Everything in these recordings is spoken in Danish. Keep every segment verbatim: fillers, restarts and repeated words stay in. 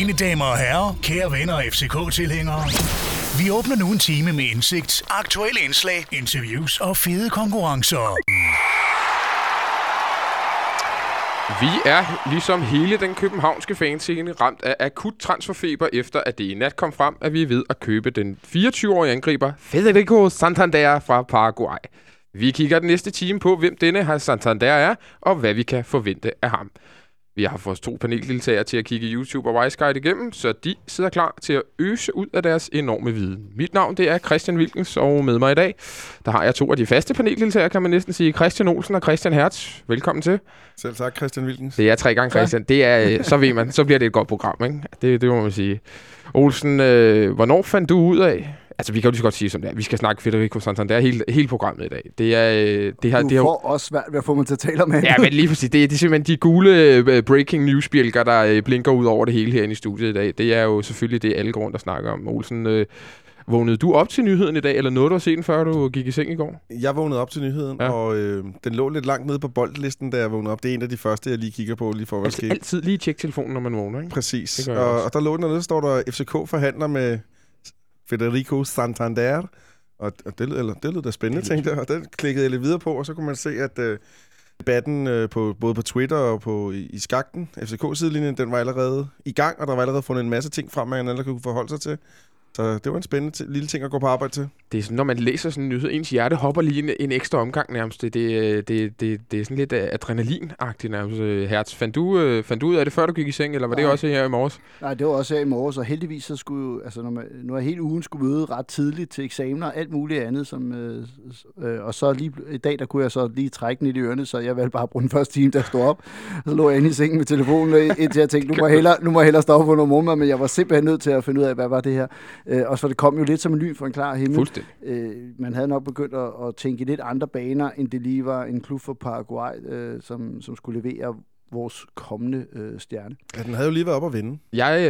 Mine damer og herrer, kære venner og F C K-tilhængere. Vi åbner nu en time med indsigt, aktuelle indslag, interviews og fede konkurrencer. Vi er, ligesom hele den københavnske fanscene, ramt af akut transferfeber, efter at det i nat kom frem, at vi er ved at købe den fireogtyve-årige angriber Federico Santander fra Paraguay. Vi kigger den næste time på, hvem denne her Santander er, og hvad vi kan forvente af ham. Vi har fået to paneldeltagere til at kigge YouTube og Wiseguide igennem, så de sidder klar til at øse ud af deres enorme viden. Mit navn, det er Christian Wilkens, og med mig i dag, der har jeg to af de faste paneldeltagere, kan man næsten sige. Christian Olsen og Christian Hertz. Velkommen til. Selv tak, Christian Wilkens. Det er tre gange Christian. Det er, så ved man, så bliver det et godt program, ikke? Det, det må man sige. Olsen, øh, hvornår fandt du ud af... Altså, vi kan jo lige så godt sige som det er. Vi skal snakke Federico Santander hele, hele programmet i dag. Det er, det har, du det har, får også svært ved at få mig til at tale om det. Ja, men lige præcis. Det, det er simpelthen de gule uh, breaking news-bjælker, der uh, blinker ud over det hele herinde i studiet i dag. Det er jo selvfølgelig det, alle går rundt og snakker om. Olsen, uh, vågnede du op til nyheden i dag, eller nåede du at se den, før du gik i seng i går? Jeg vågnede op til nyheden, ja. og øh, den lå lidt langt nede på boldlisten, da jeg vågnede op. Det er en af de første, jeg lige kigger på, lige for hvad altså, sker. Altid lige tjekke telefonen, når man vågner, ikke? Præcis. Og, og der lå den dernede, står der F C K forhandler med Federico Santander. Og, og det, eller, det lød da spændende, tænkte jeg. Og den klikkede jeg lidt videre på, og så kunne man se, at øh, debatten øh, på, både på Twitter og på, i, i skakten, F C K-sidelinjen, den var allerede i gang, og der var allerede fundet en masse ting frem, man alle kunne forholde sig til. Så det var en spændende t- lille ting at gå på arbejde til. Det er sådan, når man læser sådan en nyhed, ens hjerte hopper lige en, en ekstra omgang nærmest. Det, det, det, det, det er sådan lidt adrenalin-agtigt nærmest. Hertz, fandt du, øh, fandt du ud af det, før du gik i seng, eller var Nej. det også her i morges? Nej, det var også her i morges, og heldigvis så skulle jo, altså når man, nu er hele ugen skulle møde ret tidligt til eksamener og alt muligt andet, som, øh, øh, og så lige i dag, der kunne jeg så lige trække den i de ørerne, så jeg valgte bare at bruge den første time, der stod op. Så lå jeg inde i sengen med telefonen, indtil jeg tænkte, nu må jeg hellere, nu må jeg hellere stoppe på noget morgenmad, men jeg var simpelthen nødt til at finde ud af, hvad var det her. Øh, og så det kom jo lidt som en lyn for en klar himmel. Øh, man havde nok begyndt at, at tænke i lidt andre baner, end det lige var en klub for Paraguay, øh, som, som skulle levere vores kommende øh, stjerne. Ja, den havde jo lige været op at vinde. Jeg,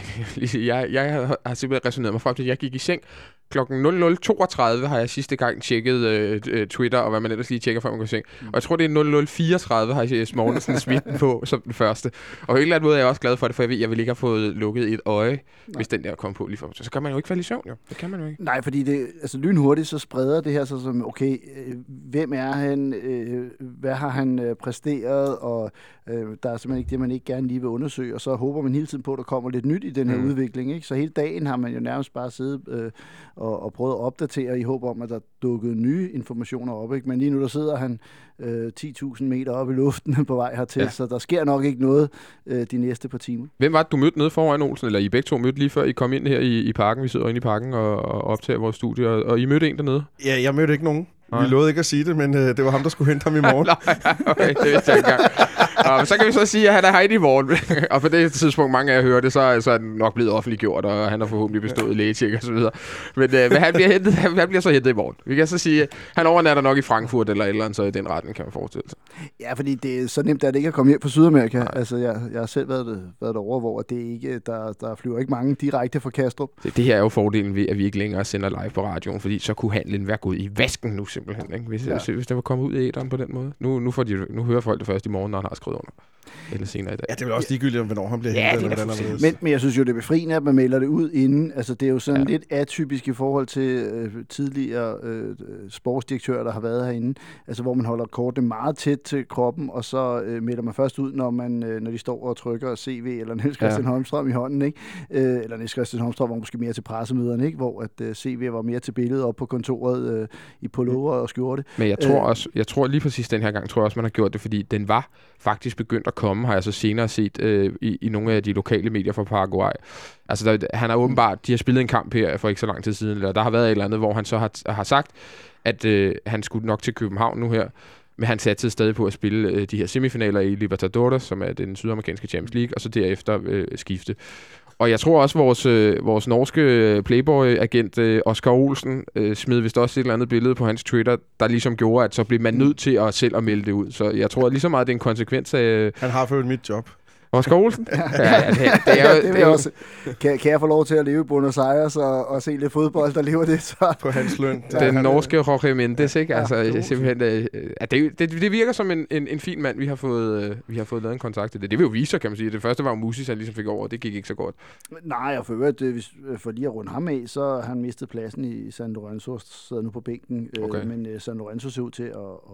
øh, jeg, jeg har simpelthen resoneret mig frem til, at jeg gik i seng. Klokken nul nul toogtredive har jeg sidste gang tjekket øh, Twitter, og hvad man ellers lige tjekker, før man går i seng. Mm. Og jeg tror, det er nul nul fireogtredive, har jeg Mortensen smidt den på som den første. Og på en eller anden måde er jeg også glad for det, for jeg ved, jeg vil ikke have fået lukket et øje, Nej. hvis den der kom på lige for. Så kan man jo ikke falde i søvn, jo. Det kan man jo ikke. Nej, fordi det, altså lynhurtigt, så spreder det her så som, okay, øh, hvem er han, øh, hvad har han øh, præsteret, og øh, der er simpelthen ikke det, man ikke gerne lige vil undersøge, og så håber man hele tiden på, at der kommer lidt nyt i den her mm. udvikling, ikke? Så hele dagen har man jo nærmest bare siddet øh, og, og prøvet at opdatere i håb om, at der dukkede nye informationer op, ikke? Men lige nu der sidder han øh, ti tusind meter op i luften på vej hertil, ja. Så der sker nok ikke noget øh, de næste par timer. Hvem var det, du mødte nede foran, Olsen, eller I begge to mødte lige før I kom ind her i, i parken? Vi sidder inde i parken og, og optager vores studie, og, og I mødte en dernede? Ja, jeg mødte ikke nogen. Nej. Vi lovede ikke at sige det, men øh, det var ham, der skulle hente ham i morgen. Nej, okay, det vidste jeg ikke engang. Nå, men så kan vi så sige, at han er herinde i morgen. Og på det tidspunkt, mange af jer hører det, så, så er den nok blevet offentliggjort, og han har forhåbentlig bestået ja. lægetjek og så videre. Men, øh, men han, bliver hentet, han bliver så hentet i morgen. Vi kan så sige, at han overnatter nok i Frankfurt eller et eller andet, så i den retning kan man forestille sig. Ja, fordi det er så nemt, at det ikke er kommet hjem fra Sydamerika. Nej. Altså, jeg, jeg har selv været, været derovre, hvor det ikke, der, der flyver ikke mange direkte fra Kastrup. Det, det her er jo fordelen ved, at vi ikke længere sender live på radioen, fordi så kunne handlen være gået i vasken nu simpelthen, ikke? Hvis, ja. hvis det var kommet ud i æteren på den måde. Nu, nu, får de, nu hører folk det først i morgen, når han har skrevet under. Eller senere i dag. Ja, det er vel også ligegyldigt, om hvornår han bliver ja, hentet. Eller hvordan men, men jeg synes jo, det er befriende, at man melder det ud inden. Altså, det er jo sådan ja. lidt atypisk i forhold til øh, tidligere øh, sportsdirektører, der har været herinde. Altså, hvor man holder kortene meget tæt til kroppen, og så øh, melder man først ud, når, man, øh, når de står og trykker C V eller Niels Christian ja. Holmstrøm i hånden, ikke? Øh, eller Niels Christian Holmstrøm var måske mere til pressemøderne, ikke? Hvor at, øh, C V var mere til billedet op på kontoret øh, i pullover og skjorte. Men jeg tror også, jeg tror lige præcis den her gang, tror jeg også, man har gjort det, fordi den var faktisk begyndt at komme, har jeg så senere set øh, i, i nogle af de lokale medier fra Paraguay. Altså, der, han har åbenbart, de har spillet en kamp her for ikke så lang tid siden, eller der har været et eller andet, hvor han så har, har sagt, at øh, han skulle nok til København nu her, men han satte stadig på at spille øh, de her semifinaler i Libertadores, som er den sydamerikanske Champions League, og så derefter øh, skifte. Og jeg tror også, vores, øh, vores norske Playboy-agent øh, Oscar Olsen øh, smed vist også et eller andet billede på hans Twitter, der ligesom gjorde, at så blev man nødt til at selv at melde det ud. Så jeg tror lige så meget, det er en konsekvens af... Han har fået mit job. Oscar Olsen? Ja, ja, det, det er jo... det vil jeg også. Kan, kan jeg få lov til at leve i Buenos Aires og, og se lidt fodbold, der lever det, så... På hans løn. Den norske Jorge Mendes, ikke? Altså, Ja, simpelthen... Øh, ja, det, det, det virker som en, en, en fin mand, vi har fået, øh, vi har fået lavet en kontakt til det. Det vil jo vise sig, kan man sige. Det første var jo Musis, han ligesom fik over, det gik ikke så godt. Nej, og for øvrigt, hvis, for lige at runde ham af, så har han mistet pladsen i San Lorenzo, og sidder nu på bænken. Okay. Øh, men øh, San Lorenzo ser ud til at,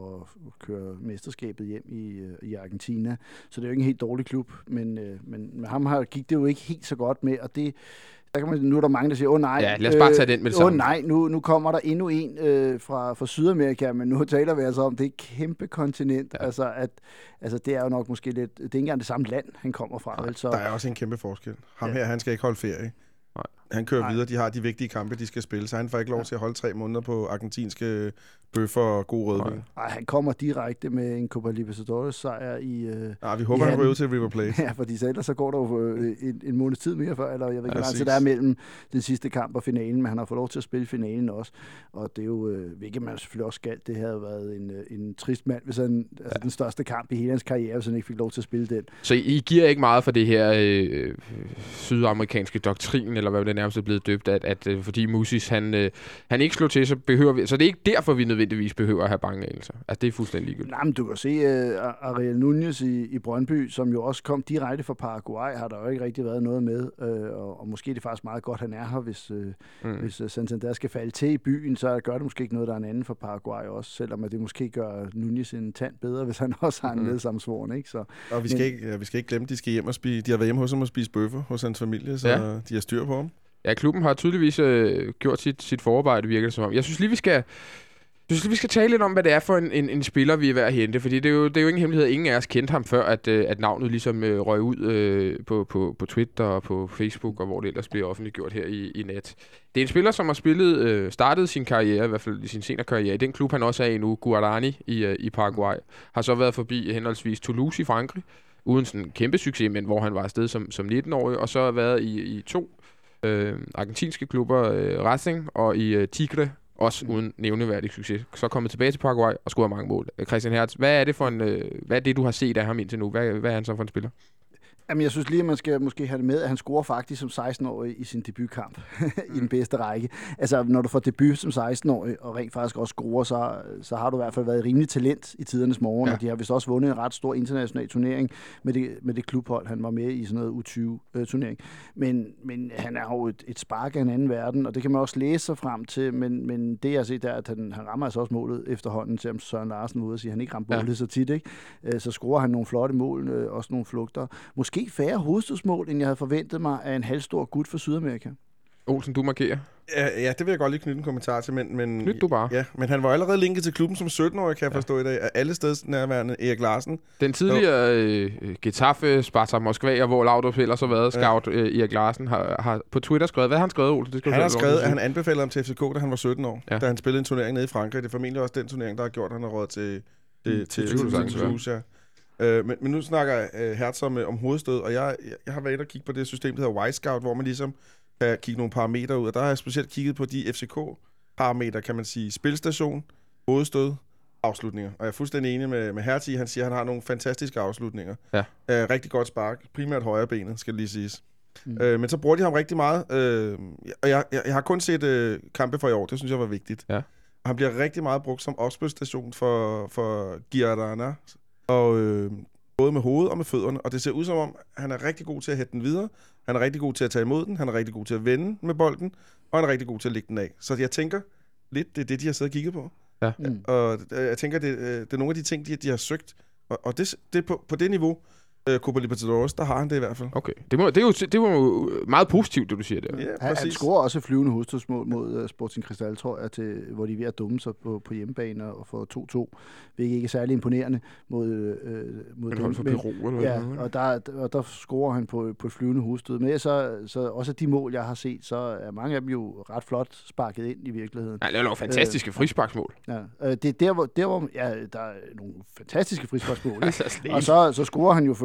at køre mesterskabet hjem i, øh, i Argentina, så det er jo ikke en helt dårlig klub, men, øh, men med ham her gik det jo ikke helt så godt med, og det... Der kan man, nu er der mange, der siger, åh oh, nej, ja, lad os bare tage den med det samme. Åh nej, nu, nu kommer der endnu en øh, fra, fra Sydamerika, men nu taler vi altså om, det er et kæmpe kontinent. Ja. Altså, at, altså, det er jo nok måske lidt, det er ikke engang det samme land, han kommer fra. Nej, vel, så. Der er også en kæmpe forskel. Ham Ja. her, han skal ikke holde ferie. Nej. Han kører Nej. videre, de har de vigtige kampe, de skal spille, så han får ikke lov ja. til at holde tre måneder på argentinske bøffer og god rødvin. Nej, han kommer direkte med en Copa Libertadores sejr i... Øh, Ja, vi håber, han går ud til River Plate. ja, fordi så ellers så går der jo øh, en, en måneds tid mere før, eller jeg ved ikke, Ja, ja, så der er mellem den sidste kamp og finalen, men han har fået lov til at spille finalen også, og det er jo, øh, hvilket man selvfølgelig også skal, det havde været en, øh, en trist mand, hvis han, altså den største kamp i hele hans karriere, hvis han ikke fik lov til at spille den. Så I giver ikke meget for det her øh, sydamerikanske doktrin, eller hvad det nærmest er blevet døbt, at, at øh, fordi Musis, han, øh, han ikke slog til, så behøver vi, så det er ikke derfor, vi nødvendigvis behøver at have bange anelser. Altså, det er fuldstændig ligegyldigt. Nej, men du kan se uh, Ariel Núñez i, i Brøndby, som jo også kom direkte fra Paraguay, har der jo ikke rigtig været noget med, uh, og, og måske er det faktisk meget godt, han er her, hvis, uh, mm. hvis uh, Santander skal falde til i byen, så gør det måske ikke noget, der er en anden fra Paraguay også, selvom at det måske gør Núñez en tand bedre, hvis han også har en mm. medsamsvoren, ikke? Så, og vi skal, men, ikke, ja, vi skal ikke glemme, de skal hjem og spise, de har været hjemme hos ham og spise bøffer hos hans familie, så ja. de har styr på ham. Ja, klubben har tydeligvis øh, gjort sit, sit forarbejde, virker det som om. Jeg synes lige, vi skal... Jeg synes, vi skal tale lidt om, hvad det er for en, en, en spiller, vi er ved at hente, fordi det er jo, det er jo ingen hemmelighed, ingen af os kendte ham før, at, at navnet ligesom øh, røg ud øh, på, på, på Twitter og på Facebook, og hvor det ellers bliver offentliggjort her i, i net. Det er en spiller, som har spillet, øh, startet sin karriere, i hvert fald i sin senere karriere, i den klub, han også er i nu, Guarani i, øh, i Paraguay, har så været forbi henholdsvis Toulouse i Frankrig, uden sådan en kæmpe succes, men hvor han var afsted som, som nitten-årig, og så har været i, i to øh, argentinske klubber, øh, Racing og i øh, Tigre, også uden nævneværdig succes. Så kommet tilbage til Paraguay og scoret mange mål. Christian Hertz, hvad er det for en, øh, hvad er det, du har set af ham indtil nu? Hvad, hvad er han så for en spiller? Jamen, jeg synes lige, at man skal måske have det med, at han scorer faktisk som seksten-årig i sin debutkamp i den bedste række. Altså, når du får debut som seksten-årig og rent faktisk også scorer, så, så har du i hvert fald været rimelig talent i tidernes morgen, ja. Og de har vist også vundet en ret stor international turnering med det, med det klubhold. Han var med i sådan noget U tyve-turnering. Men, men han er jo et, et spark af en anden verden, og det kan man også læse sig frem til, men, men det jeg har set der, at han, han rammer altså også målet efterhånden, til om Søren Larsen var ude og sige, at han ikke rammer målet ja. så tit, ikke? Så scorer han nogle flotte mål, også nogle flugter. Måske færre hovedstødsmål, end jeg havde forventet mig af en halvstor gut fra Sydamerika. Olsen, du markerer. Ja, ja, det vil jeg godt lige knytte en kommentar til, men... men Knyt du bare. Ja, men han var allerede linket til klubben som sytten-årig, kan jeg ja. forstå i dag, af alle steds nærværende Erik Larsen. Den tidligere øh, Getafe, Spartak Moskva, hvor Laudrup ellers har været scout, ja. øh, Erik Larsen, har, har på Twitter skrevet. Hvad har han skrevet, Olsen? Det skal han har skrevet, at han anbefalede ham til F C K, da han var sytten år, ja. da han spillede en turnering nede i Frankrig. Det er formentlig også den turnering, der har gjort, at han har råd til, til, mm, til, til, til Toulouse, ja. Øh, men, men nu snakker uh, Hertz om, om hovedstød, og jeg, jeg, jeg har været inde og kigge på det system, der hedder Y-Scout, hvor man ligesom kan kigge nogle parametre ud, og der har jeg specielt kigget på de F C K-parametre, kan man sige, spilstation, hovedstød, afslutninger. Og jeg er fuldstændig enig med, med Hertz i, han siger, at han har nogle fantastiske afslutninger. Ja. Uh, rigtig godt spark, primært højre benet, skal det lige siges. Mm. Uh, men så bruger de ham rigtig meget, uh, og jeg, jeg, jeg har kun set uh, kampe for i år, det synes jeg var vigtigt. Ja. Og han bliver rigtig meget brugt som opspilstation for, for Girardana, og øh, både med hovedet og med fødderne, og det ser ud som om, han er rigtig god til at hætte den videre, han er rigtig god til at tage imod den, han er rigtig god til at vende med bolden, og han er rigtig god til at lægge den af. Så jeg tænker lidt, det er det, de har siddet og kigget på. Ja. Mm. Og jeg tænker, det, det er nogle af de ting, de, de har søgt, og, og det, det på, på det niveau, Uh, Copa Libertadores, der har han det i hvert fald. Okay, det, må, det, er jo, det var jo meget positivt, det du siger der. Ja, han, han scorer også flyvende hovedstødsmål mod uh, Sporting Cristal, tror jeg, til, hvor de er ved at dumme sig på, på hjemmebane og få to-to, hvilket ikke er særlig imponerende mod, øh, mod dem. For Peru, eller ja, og der, og der scorer han på, på et flyvende hovedstød. Men så, så også de mål, jeg har set, så er mange af dem jo ret flot sparket ind i virkeligheden. Ja, det er jo fantastiske øh, frisparksmål. Ja, øh, det er der, hvor, der, hvor ja, der er nogle fantastiske frisparksmål. Og så, så scorer han jo for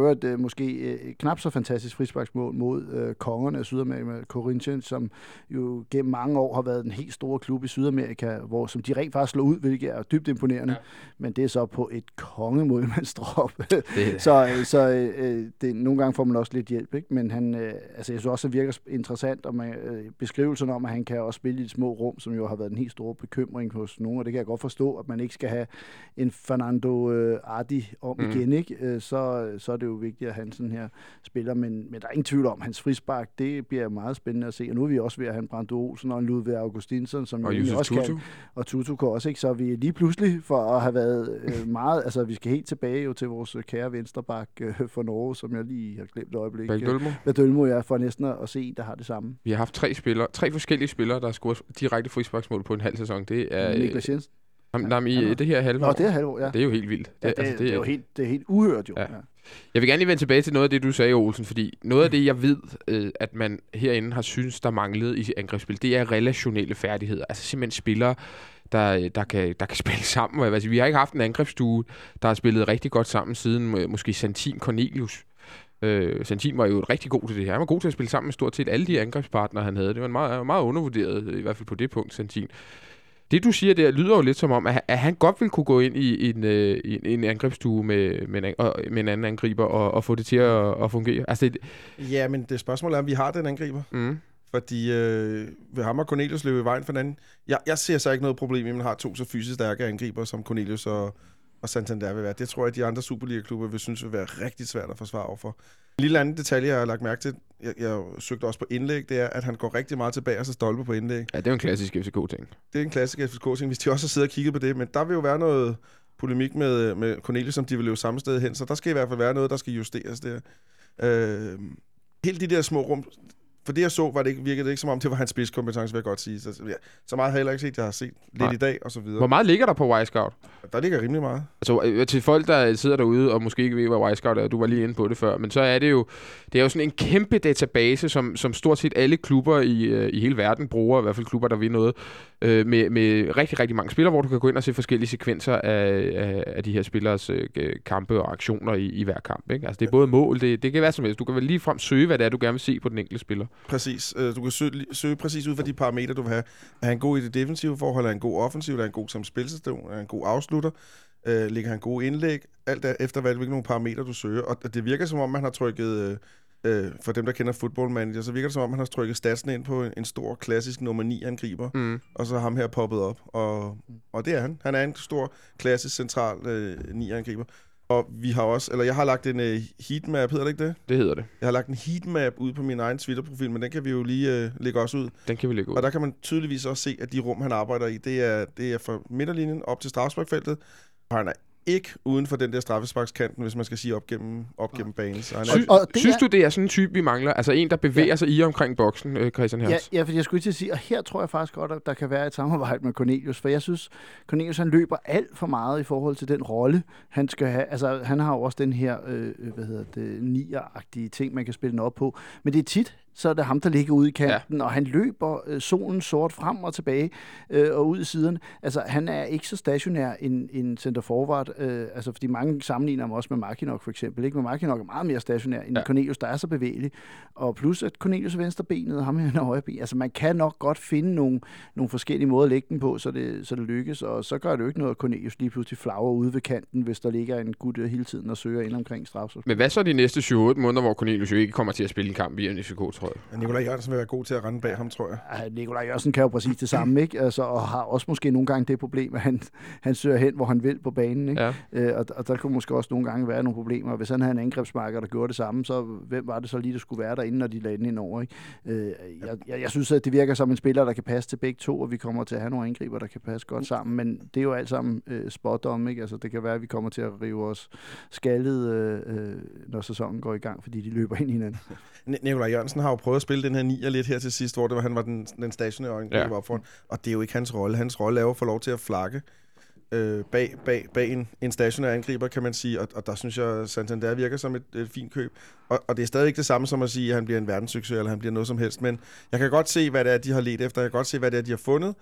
øvrigt øh, måske øh, knap så fantastisk frisparksmål mod øh, kongerne af Sydamerika, Corinthians, som jo gennem mange år har været den helt store klub i Sydamerika, hvor som de rent faktisk slår ud, hvilket er dybt imponerende. Ja. Men det er så på et kongemålmandstrop. så så øh, det, nogle gange får man også lidt hjælp, ikke? Men han, øh, altså jeg synes også, det virker interessant, og man, øh, beskrivelsen om, at han kan også spille i de små rum, som jo har været en helt stor bekymring hos nogen, og det kan jeg godt forstå, at man ikke skal have en Fernando øh, Ardi om mm. igen, ikke? Øh, så, så er det jo vigtigt, at han sådan her spiller, men, men der er ingen tvivl om, hans frispark, det bliver meget spændende at se, og nu er vi også ved at have en Brando Olsen og en Ludvig Augustinsson, som og jo også Tutu. kan, og Tutu kan også, ikke? Så vi er lige pludselig for at have været øh, meget, altså vi skal helt tilbage jo til vores kære venstreback øh, for Norge, som jeg lige har glemt et øjeblik. Badølmo. Badølmo, ja, for næsten at se en, der har det samme. Vi har haft tre spillere, tre forskellige spillere, der har scoret direkte frisparksmål på en halv sæson. Det er Niklas Jensen. Jamen, jamen, i det her halvår. Nå, det er halvår, ja. Det er jo helt vildt. Ja, det, altså, det, det, er jo helt, det er helt uhørt, jo. Ja. Ja. Jeg vil gerne lige vende tilbage til noget af det, du sagde, Olsen, fordi noget af det, jeg ved, øh, at man herinde har synes, der manglede i angrebsspil, det er relationelle færdigheder. Altså simpelthen spillere, der, der, kan, der kan spille sammen. Altså, vi har ikke haft en angrebsstue, der har spillet rigtig godt sammen siden måske Santin Cornelius. Øh, Santin var jo rigtig god til det her. Han var god til at spille sammen med stort set alle de angrebspartnere, han havde. Det var meget, meget undervurderet, i hvert fald på det punkt, Santin. Det, du siger der, lyder jo lidt som om, at, at han godt vil kunne gå ind i, i, en, øh, i en angrebsstue med, med, en, med en anden angriber og, og få det til at, at fungere. Altså, det... Ja, men det spørgsmål er, om vi har den angriber. Mm. Fordi øh, ved ham og Cornelius løber i vejen for hinanden. Jeg, jeg ser så ikke noget problem, at man har to så fysisk stærke angriber, som Cornelius og, og Santander vil være. Det tror jeg, at de andre Superliga-klubber vil synes vil være rigtig svært at forsvare overfor. En lille anden detalje, jeg har lagt mærke til, jeg, jeg søgte også på indlæg, det er, at han går rigtig meget tilbage og så stolper på indlæg. Ja, det er jo en klassisk F C K-ting. Det er en klassisk F C K-ting, hvis de også har siddet og kigget på det. Men der vil jo være noget polemik med, med Cornelius, som de vil løbe samme sted hen. Så der skal i hvert fald være noget, der skal justeres der. Øh, helt de der små rum... For det jeg så, var det ikke, virkede det ikke som om, det var hans spidskompetence, vil jeg godt sige. Så, ja, så meget har jeg heller ikke set, jeg har set lidt Nej. i dag, og så videre. Hvor meget ligger der på Y-Scout? Der ligger rimelig meget. Altså til folk, der sidder derude, og måske ikke ved, hvad Y-Scout er, du var lige inde på det før, men så er det jo, det er jo sådan en kæmpe database, som, som stort set alle klubber i, i hele verden bruger, i hvert fald klubber, der vil noget, øh, med, med rigtig, rigtig mange spillere, hvor du kan gå ind og se forskellige sekvenser af, af, af de her spillers øh, kampe og aktioner i, i hver kamp. Ikke? Altså det er både mål, det, det kan være som helst. Du kan vel lige frem søge, hvad det er, du gerne vil se på den enkelte spiller. Præcis. Du kan søge, søge præcis ud fra de parametre, du vil have. Er han god i det defensive forhold? Er han god offensiv? Er han god som spilsestation? Er han god afslutter? Øh, ligger han gode indlæg? Alt er efter valg, hvilke nogle parametre, du søger. Og det virker som om, man har trykket, øh, for dem, der kender Football Manager, så virker det som om, man har trykket statsen ind på en stor, klassisk nummer ni angriber, mm. og så ham her poppet op. Og, og det er han. Han er en stor, klassisk, central øh, ni angriber. Og vi har også, eller jeg har lagt en uh, heatmap, hedder det ikke det? Det hedder det. Jeg har lagt en heatmap ud på min egen Twitter-profil, men den kan vi jo lige uh, lægge også ud. Den kan vi lægge ud. Og der kan man tydeligvis også se, at de rum, han arbejder i, det er, det er fra midterlinjen op til straffesparkfeltet. Og han er ikke uden for den der straffesparkskanten, hvis man skal sige op gennem, op gennem banen. Så han Sy- er... og synes er... du, det er sådan en type, vi mangler? Altså en, der bevæger ja. sig i omkring boksen, øh, Christian Hertz? Ja, ja, for jeg skulle til at sige, og her tror jeg faktisk godt, at der kan være et samarbejde med Cornelius, for jeg synes, Cornelius han løber alt for meget i forhold til den rolle, han skal have. Altså han har jo også den her, øh, hvad hedder det, nier-agtige ting, man kan spille den op på. Men det er tit, så er det ham, der ligger ude i kanten, ja. og han løber øh, solen sort frem og tilbage øh, og ud i siden. Altså, han er ikke så stationær en, en center forward, øh, altså, fordi mange sammenligner ham også med Markinok for eksempel, ikke? Men Markinok er meget mere stationær end ja. Cornelius, der er så bevægelig. Og plus, at Cornelius er venstrebenet, og ham her er højre ben. Altså, man kan nok godt finde nogle, nogle forskellige måder at lægge den på, så det, så det lykkes, og så gør det jo ikke noget, at Cornelius lige pludselig flagrer ude ved kanten, hvis der ligger en gut hele tiden og søger ind omkring strafspark. Men hvad så de næste syv otte måneder, hvor Cornelius jo ikke kommer til at spille en kamp i F C K, tror jeg? Nikolaj Jørgensen vil være god til at rende bag ham, tror jeg. Ja, Nikolaj Jørgensen kan jo præcis det samme, ikke? Altså, og har også måske nogle gange det problem, at han, han søger hen, hvor han vil på banen, ikke? Ja. Øh, og, og der kunne måske også nogle gange være nogle problemer. Hvis han havde en angrebsmarker, der gjorde det samme, så hvem var det så lige, der skulle være derinde, når de lagde den ind over, ikke? Øh, jeg, jeg, jeg synes, at det virker som en spiller, der kan passe til begge to, og vi kommer til at have nogle angriber, der kan passe godt sammen, men det er jo alt sammen øh, spot om, ikke? Altså, det kan være, at vi kommer til at rive os skaldet, øh, når sæsonen går i gang, fordi de løber ind i hinanden. Nikolaj Jørgensen har jo prøvet at spille den her nier lidt her til sidst, hvor det var, han var den, den stationære angriber ja. op foran. Og det er jo ikke hans rolle. Hans rolle er jo at få lov til at flakke øh, bag, bag, bag en, en stationær angriber, kan man sige. Og, og der synes jeg, Santander virker som et, et fint køb. Og, og det er stadig ikke det samme som at sige, at han bliver en verdenssucces, eller han bliver noget som helst. Men jeg kan godt se, hvad det er, de har let efter. Jeg kan godt se, hvad det er, de har fundet.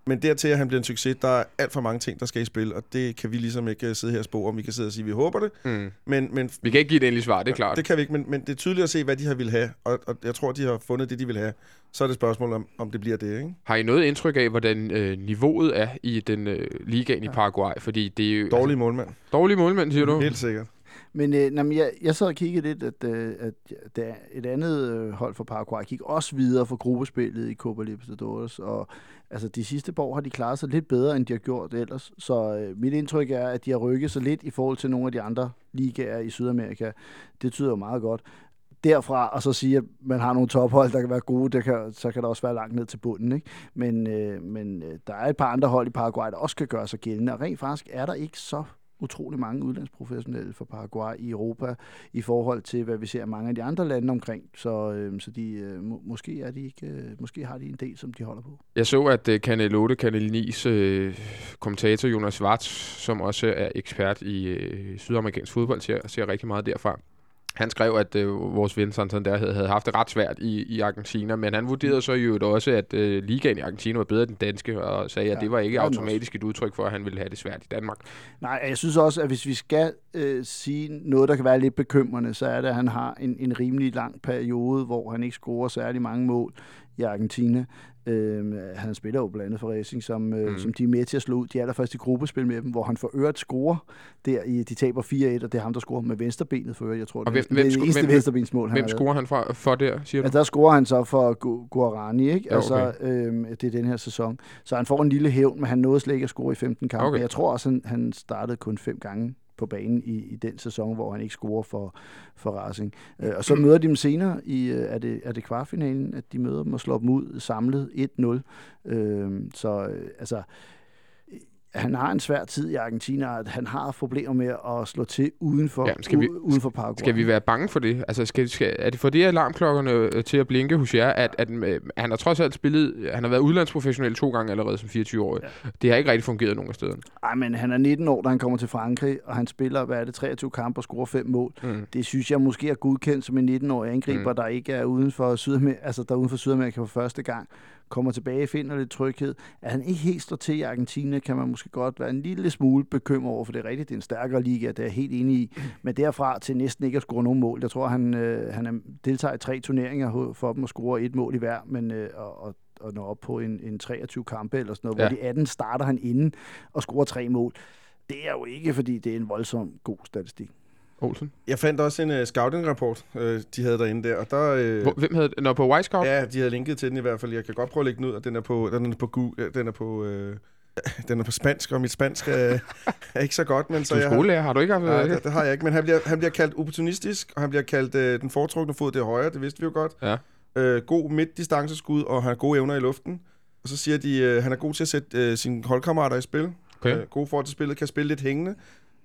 Men dertil, at han bliver en succes, der er alt for mange ting, der skal i spil, og det kan vi ligesom ikke sidde her og spå om. Vi kan sidde og sige, at vi håber det, Mm. men, men Vi kan ikke give et endeligt svar, det er klart. det kan vi ikke, men, men det er tydeligt at se, hvad de har vil have, og, og jeg tror, de har fundet det, de vil have. Så er det et spørgsmål om, om det bliver det, ikke? Har I noget indtryk af, hvordan øh, niveauet er i den øh, ligaen i Paraguay? Fordi det er jo... Dårlig målmand. Altså, dårlige målmænd, siger du? Helt sikkert. Men øh, nej, men jeg, jeg sad og kiggede lidt, at, øh, at der et andet øh, hold fra Paraguay gik også videre for gruppespillet i Copa Libertadores, og altså, de sidste år har de klaret sig lidt bedre, end de har gjort ellers. Så øh, mit indtryk er, at de har rykket sig lidt i forhold til nogle af de andre ligaer i Sydamerika. Det tyder jo meget godt. Derfra, og så sige, at man har nogle tophold, der kan være gode, der kan, så kan der også være langt ned til bunden. Ikke? Men, øh, men øh, der er et par andre hold i Paraguay, der også kan gøre sig gældende, og rent faktisk er der ikke så utrolig mange udlandsprofessionelle for Paraguay i Europa i forhold til, hvad vi ser mange af de andre lande omkring. Så, øh, så de, øh, må, måske, er de ikke, øh, måske har de en del, som de holder på. Jeg så, at uh, Kanal otte, Kanal ni's øh, kommentator Jonas Schwartz, som også er ekspert i øh, sydamerikansk fodbold, ser, ser rigtig meget derfra. Han skrev, at øh, vores ven Santander havde, havde haft det ret svært i, i Argentina, men han vurderede så jo også, at øh, ligaen i Argentina var bedre end den danske, og sagde, at ja, det var ikke automatisk et udtryk for, at han ville have det svært i Danmark. Nej, jeg synes også, at hvis vi skal øh, sige noget, der kan være lidt bekymrende, så er det, at han har en, en rimelig lang periode, hvor han ikke scorer særlig mange mål i Argentina. Øh, han spiller jo blandt andet for Racing, som, øh, mm. som de er med til at slå ud. De er allerførst i gruppespil med dem, hvor han for øvrigt scorer der i, de taber fire et, og det er ham, der scorer med venstrebenet for øvrigt. Jeg tror, og det, hvem, det er hvem, det eneste hvem, venstrebensmål, han Hvem scorer han for, for der, siger du? Altså, der scorer han så for Gu- Guarani, ikke? Ja, okay. Altså, øh, det er den her sæson. Så han får en lille hævn, men han nåede slet ikke at score i femten kampe. Okay. Jeg tror også, han, han startede kun fem gange på banen i, i den sæson, hvor han ikke scorer for, for Racing. Øh, og så møder de dem senere i, øh, er, det, er det kvartfinalen, at de møder dem og slår dem ud samlet et nul. Øh, så øh, altså, han har en svær tid i Argentina, at han har problemer med at slå til uden for, ja, skal vi, u- uden for Paraguay. Skal vi være bange for det? Altså, skal, skal, er det for det alarmklokkerne til at blinke hos jer, at, at øh, han har trods alt spillet, han har været udlandsprofessionel to gange allerede som fireogtyve-årig. Ja. Det har ikke rigtig fungeret nogen af stederne. Ej, men han er nitten år, da han kommer til Frankrig, og han spiller, hvad er det, treogtyve kampe og scorer fem mål. Mm. Det synes jeg måske er godkendt som en nitten-årig angriber, mm. der ikke er uden for Sydamerika, altså der er uden for Sydamerika for første gang. Kommer tilbage, finder lidt tryghed. At han ikke helt står til i Argentina, kan man måske godt være en lille smule bekymret over, for det er rigtigt, det er en stærkere liga, det er jeg helt enig i. Men derfra til næsten ikke at score nogen mål. Jeg tror, han, øh, han er, deltager i tre turneringer for dem at score et mål i hver, men øh, og, og når op på en, en treogtyve kampe eller sådan noget, ja. Hvor de atten starter han inden og scorer tre mål. Det er jo ikke, fordi det er en voldsom god statistik. Olsen? Jeg fandt også en uh, scouting-rapport, uh, de havde derinde der, og der... Uh, Hvor, hvem havde den? Nå, på Wisecout? Ja, de havde linket til den i hvert fald. Jeg kan godt prøve at lægge den ud, og den er på, den er på, Google, den er på, uh, den er på spansk, og mit spansk er, er ikke så godt. Men så du er skolelærer, har du ikke haft? Nej, det, det har jeg ikke, men han bliver, han bliver kaldt opportunistisk, og han bliver kaldt uh, den foretrukne fod, det er højre, det vidste vi jo godt. Ja. Uh, god midtdistanceskud, og han har gode evner i luften. Og så siger de, uh, han er god til at sætte uh, sine holdkammerater i spil. Okay. Uh, god forhold til spillet, kan spille lidt hængende.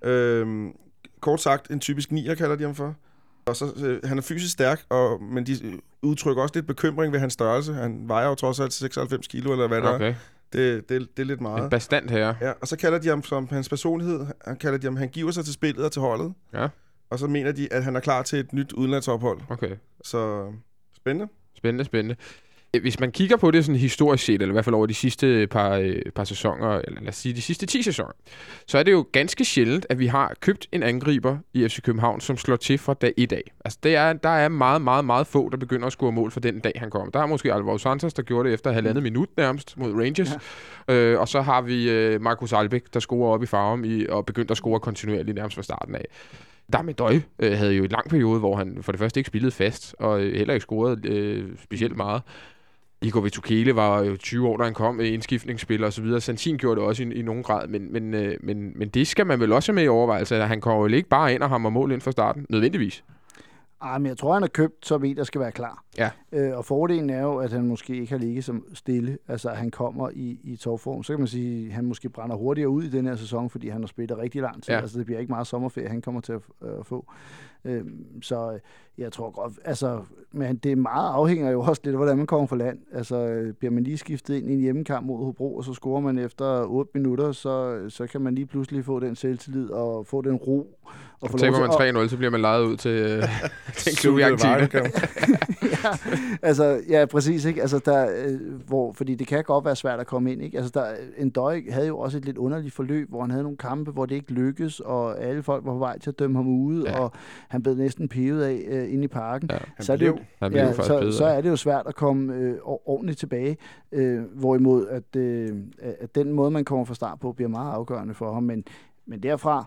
Uh, Kort sagt, en typisk nier kalder de ham for. Og så, øh, han er fysisk stærk, og, men de udtrykker også lidt bekymring ved hans størrelse. Han vejer jo trods alt seksoghalvfems kilo, eller hvad okay. der er. Det, det, det er lidt meget. En bestand her. Ja, og så kalder de ham som hans personlighed. Han kalder de ham, han giver sig til spillet og til holdet. Ja. Og så mener de, at han er klar til et nyt udenlandsophold. Okay. Så spændende. Spændende, spændende. Hvis man kigger på det sådan historisk set, eller i hvert fald over de sidste par, øh, par sæsoner, eller lad os sige de sidste ti sæsoner, så er det jo ganske sjældent, at vi har købt en angriber i F C København, som slår til fra dag et af. Altså, det er, der er meget, meget, meget få, der begynder at score mål for den dag, han kommer. Der er måske Alvaro Santos, der gjorde det efter halvandet minut nærmest mod Rangers. Ja. Øh, og så har vi øh, Marcus Albeck, der scorer op i farven i, og begyndte at score kontinuerligt nærmest fra starten af. Darmid Døj øh, havde jo en lang periode, hvor han for det første ikke spillede fast, og øh, heller ikke scorede øh, specielt meget. Igor Vitukele var jo tyve år, da han kom, indskiftningsspiller og så videre. Santin gjorde det også i, i nogen grad, men, men, men, men det skal man vel også have med i overvejelse, at han kommer jo ikke bare ind og hammer mål ind fra starten, nødvendigvis. Ej, men jeg tror, han er købt som en, der skal være klar. Ja. Øh, og fordelen er jo, at han måske ikke har ligget som stille. Altså, han kommer i, i topform. Så kan man sige, at han måske brænder hurtigere ud i den her sæson, fordi han har spillet rigtig lang tid. Ja. Altså, det bliver ikke meget sommerferie, han kommer til at øh, få. Øh, så jeg tror godt, altså, men det er meget afhænger jo også lidt af, hvordan man kommer fra land. Altså, bliver man lige skiftet ind i en hjemmekamp mod Hobro, og så scorer man efter otte minutter, så, så kan man lige pludselig få den selvtillid og få den ro. Og taber man tre nul, så bliver man lejet ud til, øh, til en klub i Argentina. ja, altså, ja, præcis, ikke? Altså, der, øh, hvor, fordi det kan godt være svært at komme ind, ikke? Altså, der, Ndøj havde jo også et lidt underligt forløb, hvor han havde nogle kampe, hvor det ikke lykkedes, og alle folk var på vej til at dømme ham ude, ja. og han blev næsten pivet af øh, inde i parken. Ja, han så, er det jo, han ja, så, så er det jo svært at komme øh, ordentligt tilbage, øh, hvorimod at, øh, at den måde, man kommer fra start på, bliver meget afgørende for ham, men, men derfra,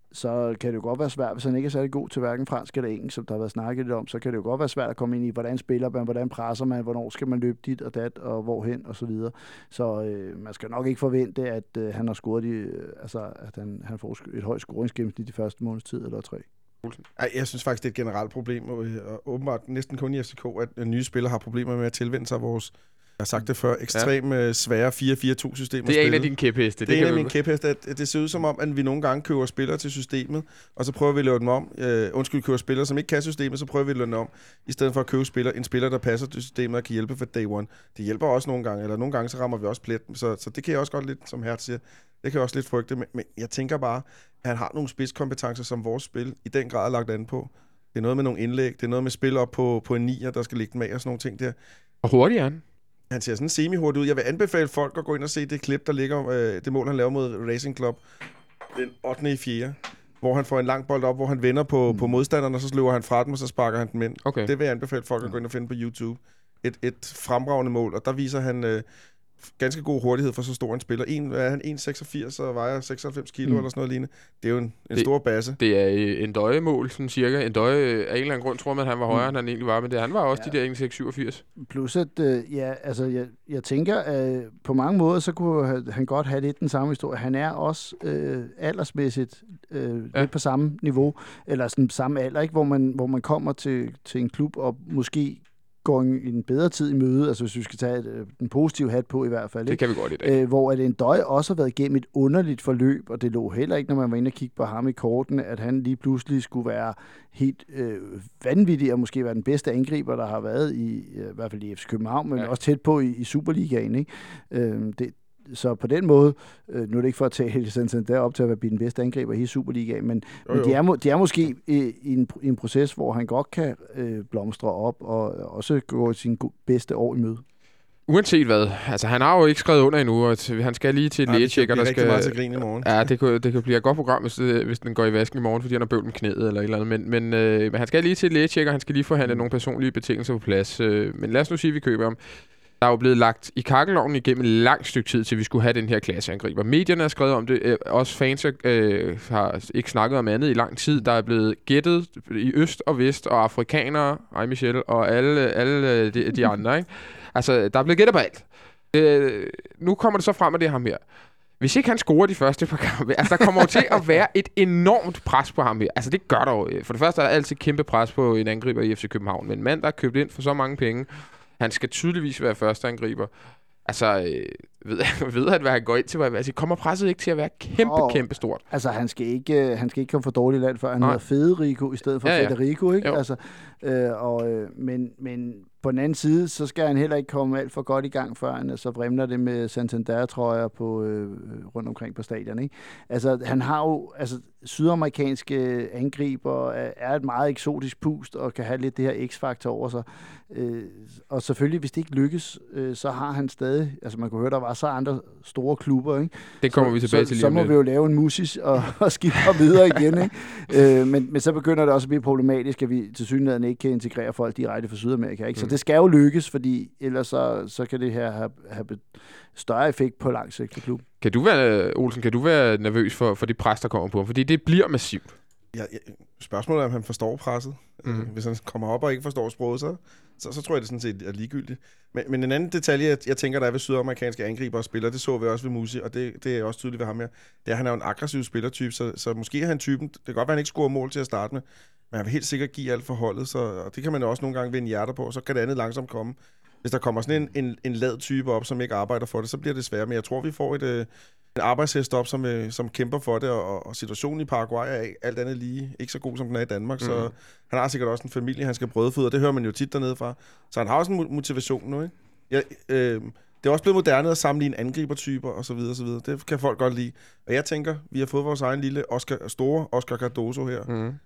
så kan det jo godt være svært, hvis han ikke er særlig god til hverken fransk eller engelsk, som der har været snakket lidt om, så kan det jo godt være svært at komme ind i, hvordan spiller man, hvordan presser man, hvornår skal man løbe dit og dat, og hvorhen, og så videre. Så øh, man skal nok ikke forvente, at øh, han har scoret de, øh, altså, at han, han får et højt scoringsgennemsnit de første måneds tid eller tre. Ej, jeg synes faktisk, det er et generelt problem, og åbenbart næsten kun i F C K, at nye spillere har problemer med at tilvende sig vores, jeg har sagt det før, ekstremt ja. svære fire fire to system. Det er en af dine kæpheste. Det, det er en af mine kæpheste, at det ser ud som om, at vi nogle gange køber spillere til systemet, og så prøver vi at lave dem om. Øh, undskyld, køber spillere, som ikke kan systemet, så prøver vi at lave dem om, i stedet for at købe spillere, en spiller, der passer til systemet og kan hjælpe for day one. Det hjælper også nogle gange, eller nogle gange så rammer vi også plet. Så, så det kan jeg også godt lidt, som Hertz siger, det kan jeg også lidt frygte, men, men jeg tænker bare, at han har nogle spidskompetencer, som vores spil i den grad er lagt an på. Det er noget med nogle indlæg, det er noget med spil op på, på en nier, der skal ligge med og sådan nogle ting der. Og hurtigt er han. Han ser sådan semi-hurtigt ud. Jeg vil anbefale folk at gå ind og se det klip, der ligger, øh, det mål, han laver mod Racing Club, den ottende i fjerde, hvor han får en lang bold op, hvor han vender på, mm. på modstanderen, og så sløver han fra dem, og så sparker han den ind. Okay. Det vil jeg anbefale folk at gå ind og finde på YouTube. Et, et fremragende mål, og der viser han øh, ganske god hurtighed for så stor en spiller. En, er han en komma seksogfirs og vejer seksoghalvfems kilo mm. eller sådan noget lignende. Det er jo en, en det, stor basse. Det er en døjemål, sådan cirka. En døje, af en eller anden grund tror man, at han var højere, mm. end han egentlig var, men det, han var også ja. de der en komma seks syvogfirs. Plus at, øh, ja, altså, jeg, jeg tænker, at øh, på mange måder, så kunne han godt have lidt den samme historie. Han er også øh, aldersmæssigt øh, ja. lidt på samme niveau, eller sådan samme alder, ikke? Hvor, man, hvor man kommer til, til en klub og måske går en, en bedre tid i møde, altså hvis vi skal tage et, en positiv hat på i hvert fald. Det ikke? kan vi godt i dag. Æ, hvor at Ndøj også har været igennem et underligt forløb, og det lå heller ikke, når man var inde og kigge på ham i kortene, at han lige pludselig skulle være helt øh, vanvittig, og måske være den bedste angriber, der har været i, i hvert fald i F C København, men ja. også tæt på i, i Superligaen. Ikke? Øhm, det, Så på den måde, øh, nu er det ikke for at tage Helge Santander op til at blive den bedste angriber i Superligaen, men, jo, jo. men de, er må, de er måske i, i, en, i en proces, hvor han godt kan øh, blomstre op og også gå sin bedste år i møde. Uanset hvad, altså han har jo ikke skrevet under endnu, og han skal lige til et lægetjekker, der skal... Det bliver rigtig meget til grin i morgen. Ja, det kan, det kan blive et godt program, hvis, det, hvis den går i vasken i morgen, fordi han har bøvl med knæet eller et eller andet, men, men, øh, men han skal lige til et lægetjekker, han skal lige forhandle nogle personlige betingelser på plads, øh, men lad os nu sige, at vi køber ham. Der er jo blevet lagt i kakkelovnen igennem et langt stykke tid, til vi skulle have den her klasseangriber. Medierne har skrevet om det. Øh, også fans øh, har ikke snakket om andet i lang tid. Der er blevet gættet i øst og vest, og afrikanere, ej Michel, og alle, alle de, de andre. Ikke? Altså, der er blevet gættet på alt. Øh, nu kommer det så frem, at det er ham her. Hvis ikke han scorer de første par kampe, altså der kommer jo til at være et enormt pres på ham her. Altså det gør der jo. For det første er der altid kæmpe pres på en angriber i F C København, men en mand, der er købt ind for så mange penge, han skal tydeligvis være førsteangriber. Altså, øh, ved, ved han, hvad han går ind til? Altså, kommer presset ikke til at være kæmpe, oh, kæmpe stort? Altså, han skal ikke, han skal ikke komme for dårligt land, før han hedder Federico i stedet for ja, ja. Federico, ikke? Altså, øh, og, øh, men, men på den anden side, så skal han heller ikke komme alt for godt i gang, før han så vrimler det med Santander-trøjer på, øh, rundt omkring på stadion, ikke? Altså, han har jo, altså, sydamerikanske angriber er et meget eksotisk pust, og kan have lidt det her X-faktor over sig. Øh, og selvfølgelig, hvis det ikke lykkes, øh, så har han stadig, altså man kunne høre, der var så andre store klubber, ikke? Det kommer så, vi tilbage så, til lige så må vi jo lave en musis og, og skifte videre igen, ikke? øh, men, men så begynder det også at blive problematisk, at vi til synligheden ikke kan integrere folk direkte fra Sydamerika, ikke? Så mm. det skal jo lykkes, fordi ellers så, så kan det her have, have større effekt på lang sigt for klubben. Kan du være, Olsen, kan du være nervøs for, for det pres, der kommer på ham? Fordi det bliver massivt. Ja, ja, spørgsmålet er, om han forstår presset. Mm. Hvis han kommer op og ikke forstår sproget, så, så, så tror jeg, det sådan set er ligegyldigt. Men, men en anden detalje, jeg, jeg tænker, der er ved sydamerikanske angriber og spillere, det så vi også ved Musi, og det, det er også tydeligt ved ham her, det er, at han er jo en aggressiv spillertype, så, så måske er han typen, det kan godt være, at han ikke scorer mål til at starte med, men han vil helt sikkert give alt for holdet, så, og det kan man jo også nogle gange vinde hjerter på, og så kan det andet langsomt komme. Hvis der kommer sådan en, en, en lad type op, som ikke arbejder for det, så bliver det svært, men jeg tror, vi får et... Øh, en arbejdshest op, som, øh, som kæmper for det, og, og situationen i Paraguay er alt andet lige ikke så god, som den er i Danmark, mm. så han har sikkert også en familie, han skal brødføde, og det hører man jo tit dernede fra. Så han har også en motivation nu, ikke? Ja, øh, det er også blevet moderne at sammenligne angribertyper, og så videre, og så videre. Det kan folk godt lide. Og jeg tænker, vi har fået vores egen lille Oscar, store Oscar Cardoso her. Mm.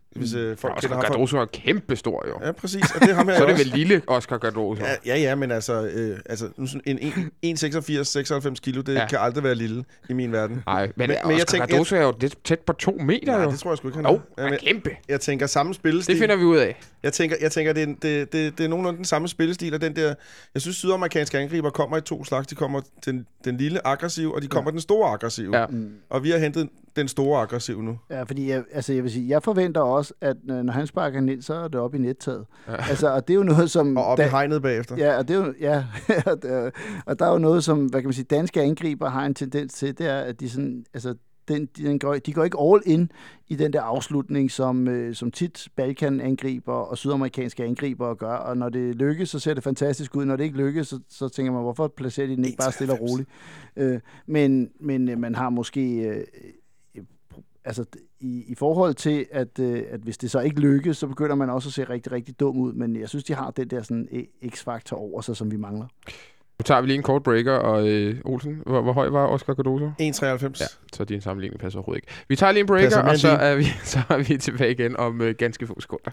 Hvis øh, folk Oscar kender ham fra... Cardoso er kæmpe stor, jo. Ja, præcis. Og det er ham her Så er det også. vel lille Oscar Cardoso. Ja, ja, ja, men altså, øh, altså nu sådan en en komma seksogfirs til seksoghalvfems kilo, det Ja. ja. kan aldrig være lille i min verden. Nej, men, Men- men, men jeg Oscar tænker- Cardoso er jo lidt tæt på to meter, Nej, jo. det tror jeg sgu ikke, han Jo, er. han er men kæmpe. jeg tænker samme spillestil. Det finder vi ud af. Jeg tænker, jeg tænker det, er, det, det, det er nogenlunde den samme spillestil, og den der... Jeg synes, sydamerikanske angriber kommer i to slags. De kommer den, den lille aggressiv, og de kommer ja. den store aggressiv. Ja. Mm. Og vi har hentet den store aggressiv nu. Ja, fordi jeg, altså jeg vil sige, jeg forventer også, at øh, når han sparker ned, så er det op i nettaget. Ja. Altså, og det er jo noget, som... Og op da- i hegnet bagefter. Ja, og det er jo, ja, og der- og der er jo noget, som, hvad kan man sige, danske angriber har en tendens til, det er, at de sådan, altså, den, den går, de går ikke all in i den der afslutning, som, øh, som tit Balkan-angriber og sydamerikanske angriber gør, og når det lykkes, så ser det fantastisk ud. Når det ikke lykkes, så, så tænker man, hvorfor placerer de den ikke bare stille og roligt? Øh, men, men øh, man har måske... Øh, altså i, i forhold til, at, øh, at hvis det så ikke lykkes, så begynder man også at se rigtig, rigtig dum ud. Men jeg synes, de har den der sådan x-faktor over sig, som vi mangler. Nu tager vi lige en kort breaker, og øh, Olsen, hvor, hvor høj var Oscar Cardoso? en komma treoghalvfems. Ja, så din sammenligning passer overhovedet ikke. Vi tager lige en breaker, Passer med og så lige. er, vi, så er vi tilbage igen om øh, ganske få sekunder.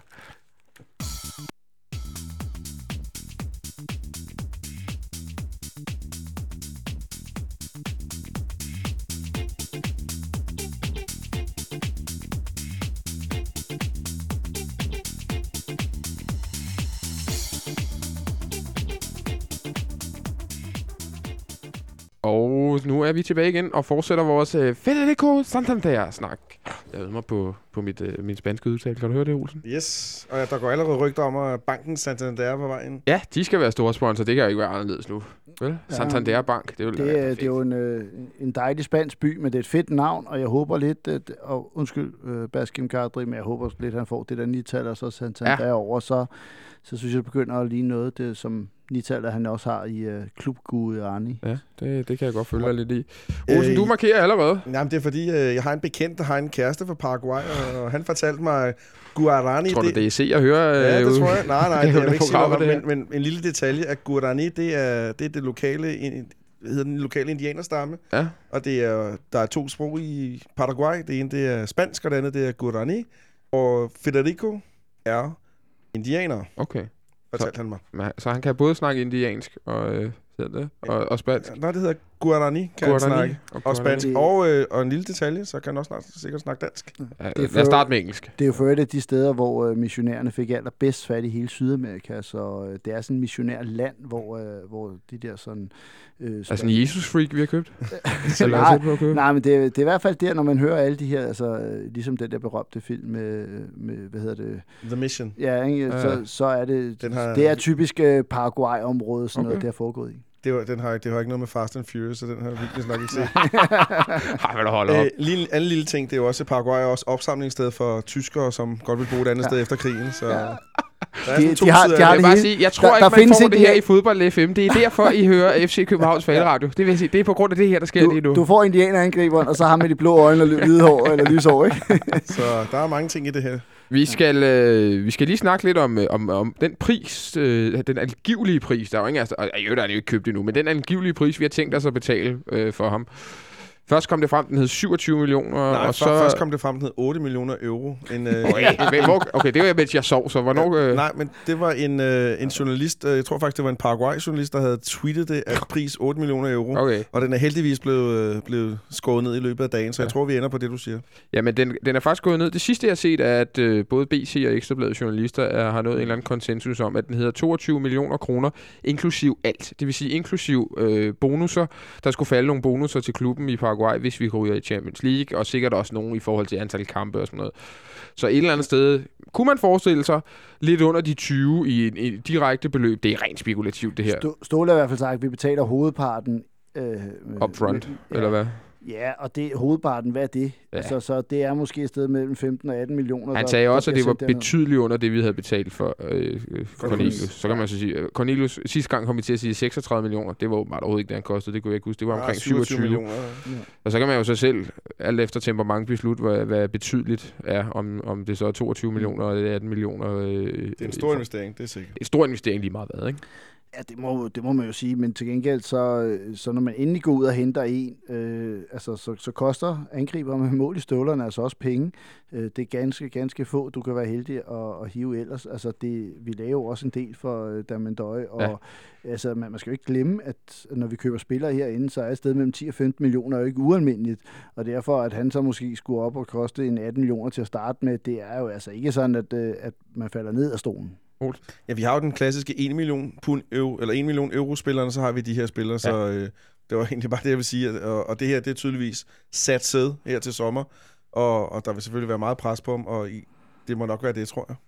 Og nu er vi tilbage igen og fortsætter vores øh, Federico Santander-snak. Jeg øver mig på, på mit, øh, min spanske udtale. Kan du høre det, Olsen? Yes, og der går allerede rygter om, at banken Santander er på vejen. Ja, de skal være store sponsor. Det kan jo ikke være anderledes nu. Vel? Ja. Santander Bank. Det, er jo Det, er- det er jo en, øh, en dejlig spansk by, men det er et fedt navn, og jeg håber lidt, at, og undskyld, øh, Baskim Kadri, men jeg håber lidt, at han får det der ni-tal, og så Santander Ja. ja. over, så, så synes jeg, det begynder at ligne noget, det, som ni-tal, han også har i øh, Klub Guarani. Ja, det, det kan jeg godt følge dig lidt i. Olsen, Øh, du markerer allerede. Jamen, det er fordi, øh, jeg har en bekendt, der har en kæreste fra Paraguay, og han fortalte mig, Guarani... Tror du, det er se og høre? Ja, det øh, tror jeg. Nej, nej, det er det, jo jeg vil det ikke sige program, noget om, det men, men en lille detalje, at Guarani, det er det, er det lokale, in- hvad hedder den lokale indianerstamme, Ja, og det er, der er to sprog i Paraguay. Det ene, det er spansk, og det andet, det er Guarani. Og Federico er indianer, okay. fortalte han mig. Men, så han kan både snakke indiansk og, øh, det, og, og spansk. Nej, det hedder Guarani, kan han snakke. og, Og spansk. Det- Og, øh, og en lille detalje, så kan han også snart, sikkert snakke dansk. Ja, Det er lad for- os starte med engelsk. Det er jo for et af de steder, hvor øh, missionærerne fik allerbedst fat i hele Sydamerika, så øh, det er sådan et missionærland, hvor, øh, hvor de der sådan... Øh, Altså en Jesus-freak, vi har købt? Så Eller nej, er på at købe? nej, men det, er- det er i hvert fald der, når man hører alle de her, altså øh, ligesom den der berømte film med, med hvad hedder det, The Mission. ja, ikke? Ja. Så, så er det, Den har- det er typisk øh, Paraguay-område, sådan okay. Okay. noget, der er foregået i. Det, var, den har, det har ikke noget med Fast and Furious, så den har vi vist nok ikke set. Ej, vil du holde op? Øh, lille, anden lille ting, det er jo også, at Paraguay er også opsamlingssted for tyskere, som godt vil bo et andet Ja. sted efter krigen. Så Ja. der er De- sådan to de har- sider de har af Jeg vil det. bare hele- sige, jeg tror der- ikke, der man findes får en det her del- i Fodbold F M. Det er derfor, I hører F C Københavns Fanradio. Det vil sige, det er på grund af det her, der sker lige nu. Du, du får indianerangriberen, og så ham med de blå øjne og hvide hår, eller lyshår, ikke? Så der er mange ting i det her. Vi skal, øh, vi skal lige snakke lidt om, øh, om, om den pris, øh, den angivelige pris. Der er jo ingen af os, og jo, der er jo ikke købt endnu, men den angivelige pris, vi har tænkt os at betale øh, for ham. Først kom det frem, den hed syvogtyve millioner, Nej, og så... så... først kom det frem, den hed otte millioner euro. En, øh, Okay, hvor, okay, det var mens jeg sov, så hvornår... Øh... Nej, men det var en, øh, en journalist, øh, jeg tror faktisk, det var en Paraguay-journalist, der havde tweetet det, at pris otte millioner euro. Okay, Og den er heldigvis blevet, øh, blevet skåret ned i løbet af dagen, så jeg Ja. tror, vi ender på det, du siger. jamen den, den er faktisk gået ned. Det sidste, jeg har set, er, at øh, både B C og Ekstrabladet journalister er, har nået en eller anden konsensus om, at den hedder toogtyve millioner kroner, inklusiv alt. Det vil sige inklusiv øh, bonusser. Der skulle falde nogle bonusser til klubben i Paraguay, hvis vi går ud i Champions League, og sikkert også nogen i forhold til antal kampe og sådan noget. Så et eller andet sted kunne man forestille sig lidt under de tyve i en, en direkte beløb. Det er rent spekulativt, det her. Sto- Ståle har i hvert fald sagt, at vi betaler hovedparten. Øh, Upfront, ja. eller hvad? Ja, og det hovedparten, hvad er det? Ja. Ja. Altså, så det er måske et sted mellem femten og atten millioner. Han der- sagde der også, at bliver det var sendt derned. betydeligt under det, vi havde betalt for øh, øh, Cornelius. Så kan man så sige, øh, Cornelius, sidste gang kom vi til at sige seksogtredive millioner. Det var åbenbart overhovedet ikke, det han kostede. Det kunne jeg ikke huske. Det var omkring Ah, syvogtyve millioner. millioner. Og så kan man jo så selv, alt efter temperament, beslutte, hvad, hvad betydeligt er. Om, om det så er toogtyve millioner eller atten millioner. Øh, Det er en stor investering, det er sikkert. En stor investering lige meget hvad, ikke? Ja, det må, det må man jo sige, men til gengæld, så, så når man endelig går ud og henter en, øh, altså, så, så koster angriber med mål i støvlerne altså også penge. Øh, det er ganske, ganske få, du kan være heldig at, at hive ellers. Altså, det, vi laver jo også en del for øh, Damendøje, og ja. altså, man, man skal jo ikke glemme, at når vi køber spillere herinde, så er et sted mellem ti og femten millioner jo ikke ualmindeligt, og derfor, at han så måske skulle op og koste en atten millioner til at starte med, det er jo altså ikke sådan, at, at man falder ned af stolen. Ja, vi har jo den klassiske en million pund euro, eller en million euro-spillerne, så har vi de her spillere, ja. så øh, det var egentlig bare det, jeg vil sige. Og, og det her, det er tydeligvis sat sæd her til sommer, og, og der vil selvfølgelig være meget pres på dem, og i, det må nok være det, tror jeg.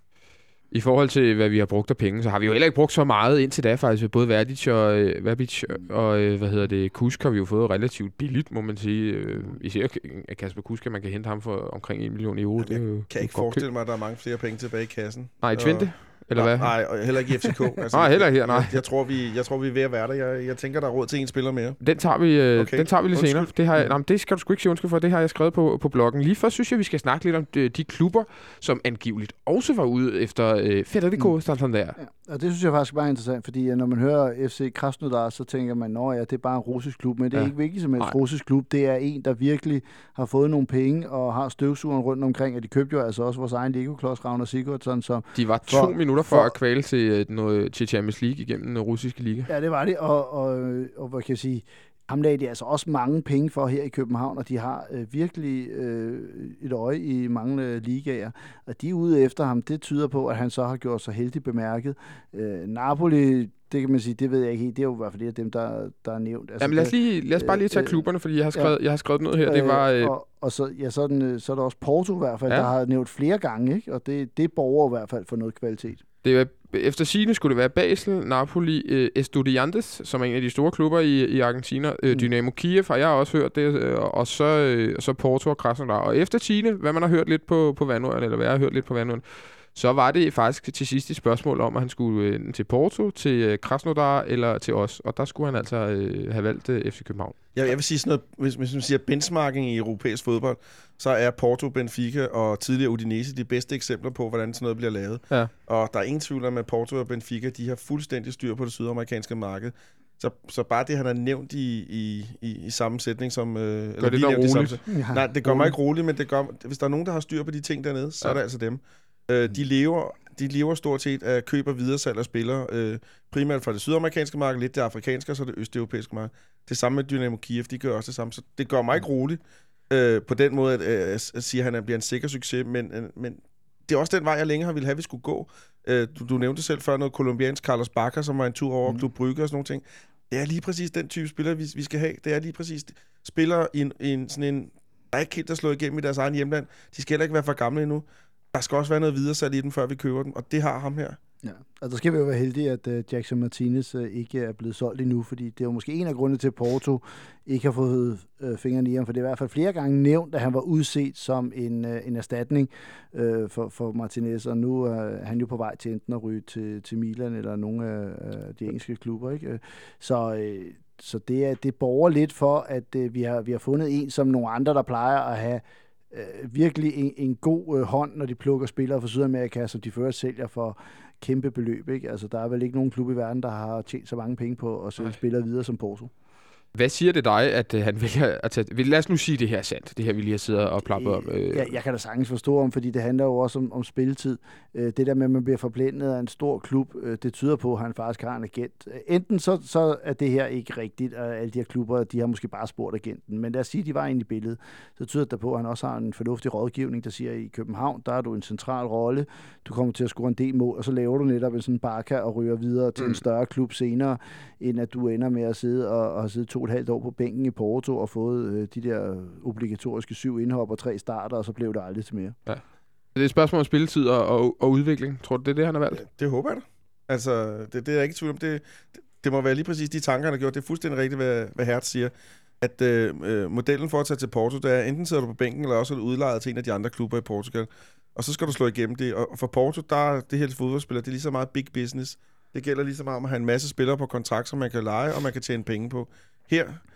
I forhold til, hvad vi har brugt af penge, så har vi jo heller ikke brugt så meget indtil da, faktisk. Både Verdic og, øh, Verbic og øh, hvad hedder det, Kusk har vi jo fået relativt billigt, må man sige. Øh, især Kasper Kusk, man kan hente ham for omkring en million euro. Jamen, jeg det er jo, kan ikke forestille mig, at der er mange flere penge tilbage i kassen. Nej, Twente? Og eller hvad? Nej, og heller ikke i F C K. Altså, nej, heller ikke her, nej. Jeg, jeg, tror, vi, jeg tror, vi er ved at være der. Jeg, jeg tænker, der er råd til en spiller mere. Den tager vi, øh, okay. den tager vi lidt undskyld. senere. Det, har jeg, nej, det skal du sgu ikke sige undskyld for. Det har jeg skrevet på, på bloggen. Lige først synes jeg, vi skal snakke lidt om de, de klubber, som angiveligt også var ude efter øh, Federico mm. Santander. Ja, og det synes jeg faktisk bare er interessant, fordi når man hører F C Krasnodar, så tænker man, at ja, det er bare en russisk klub, men det er ja. ikke vigtigt som en russisk klub. Det er en, der virkelig har fået nogle penge og har støvsugeren rundt omkring, og de købte jo altså også vores egen Lego-klods, Ragnar Sigurdsson. Som de var to for, minutter for, for at kvæle til, noget, til Champions League igennem den russiske liga. Ja, det var det, og, og, og hvad kan jeg sige, ham lagde de altså også mange penge for her i København, og de har øh, virkelig øh, et øje i mange ligaer. Og de er ude efter ham, det tyder på, at han så har gjort sig heldigt bemærket. Øh, Napoli, det kan man sige, det ved jeg ikke helt. Det er jo i hvert fald af dem, der, der er nævnt. Altså, Jamen lad os, lige, lad os bare lige tage øh, klubberne, fordi jeg har skrevet, ja, jeg har skrevet noget her. Det var, øh, og, og så, ja, så, er den, så er der også Porto i hvert fald, ja. der har nævnt flere gange, ikke? Og det, det borger i hvert fald for noget kvalitet. Det er, efter sigende skulle det være Basel, Napoli, øh, Estudiantes, som er en af de store klubber i, i Argentina. Øh, mm. Dynamo Kiev har jeg også hørt det, øh, og så, øh, så Porto og Krasnodar. Og efter sigende, hvad man har hørt lidt på, på Vandrøren, eller hvad jeg har hørt lidt på Vandrøren, så var det faktisk til sidst et spørgsmål om, at han skulle enten til Porto, til øh, Krasnodar eller til os. Og der skulle han altså øh, have valgt øh, F C København. Ja, jeg vil sige sådan noget, hvis, hvis man siger benchmarking i europæisk fodbold, så er Porto, Benfica og tidligere Udinese de bedste eksempler på, hvordan sådan noget bliver lavet. Ja. Og der er ingen tvivl om, at Porto og Benfica, de har fuldstændig styr på det sydamerikanske marked. Så, så bare det, han har nævnt i, i, i, i sammensætning som... Øh, gør eller det der roligt? Ja, nej, det gør mig ikke roligt, men det gør, hvis der er nogen, der har styr på de ting dernede, så ja. er det altså dem. Øh, de, lever, de lever stort set af køb og videresalg af spillere, øh, primært fra det sydamerikanske marked, lidt det afrikanske, og så det østeuropæiske marked. Det samme med Dynamo Kiev, de gør også det samme. Så det gør mig ikke roligt øh, på den måde, at, at, at sige, at han bliver en sikker succes, men, men det er også den vej, jeg længe har ville have, at vi skulle gå. Øh, du, du nævnte selv før noget kolumbiansk Carlos Bacca, som var en tur over mm. Klub Brygge og sådan nogle ting. Det er lige præcis den type spillere, vi, vi skal have. Det er lige præcis spillere i en, en sådan en... Der er ikke helt at slå igennem i deres egen hjemland. De skal heller ikke være for gamle endnu. Der skal også være noget videresalg i den, før vi køber den, og det har ham her. Ja, og der skal vi jo være heldige, at uh, Jackson Martinez uh, ikke er blevet solgt endnu, fordi det er jo måske en af grundene til, at Porto ikke har fået uh, fingrene i ham, for det er i hvert fald flere gange nævnt, at han var udset som en, uh, en erstatning uh, for, for Martinez, og nu er uh, han jo på vej til enten at ryge til, til Milan eller nogle af uh, de engelske klubber, ikke? Så... Uh, så det, er, det borger lidt for, at uh, vi, har, vi har fundet en, som nogle andre, der plejer at have øh, virkelig en, en god øh, hånd, når de plukker spillere fra Sydamerika, som de først sælger for kæmpe beløb. Ikke? Altså, der er vel ikke nogen klub i verden, der har tjent så mange penge på at sælge spillere videre som Porto. Hvad siger det dig, at uh, han vælger at tage... Lad os nu sige, det her er sandt, det her vi lige har siddet og plappet om. Øh. Jeg, jeg kan da sagtens forstå om, fordi det handler jo også om, om spilletid. Øh, det der med, at man bliver forblændet af en stor klub, øh, det tyder på, at han faktisk har en agent. Enten så, så er det her ikke rigtigt, og alle de her klubber, de har måske bare spurgt agenten. Men lad os sige, at de var inde i billedet. Så tyder det på, at han også har en fornuftig rådgivning, der siger, at i København, der er du en central rolle. Du kommer til at score en del mål, og så laver du netop en sådan Barca og ryger videre til mm. en større klub senere, end at du ender med at sidde og, og sidde to og et halvt år på bænken i Porto og fået øh, de der obligatoriske syv indhop og tre starter, og så blev det aldrig til mere. Ja. Det er et spørgsmål om spilletid og, og, og udvikling. Tror du, det er det, han har valgt? Det, det håber jeg da. Altså, det, det er jeg ikke i tvivl om. Det, det, det må være lige præcis de tanker, han har gjort. Det er fuldstændig rigtigt, hvad, hvad Hertz siger. At øh, modellen for at tage til Porto, det er enten sidder du på bænken, eller også er du udlejet til en af de andre klubber i Portugal. Og så skal du slå igennem det. Og for Porto, der er det her fodboldspiller, det er lige så meget big business. Det gælder lige så meget om at have en masse spillere på kontrakt, som man kan leje, og man kan tjene penge på. Her,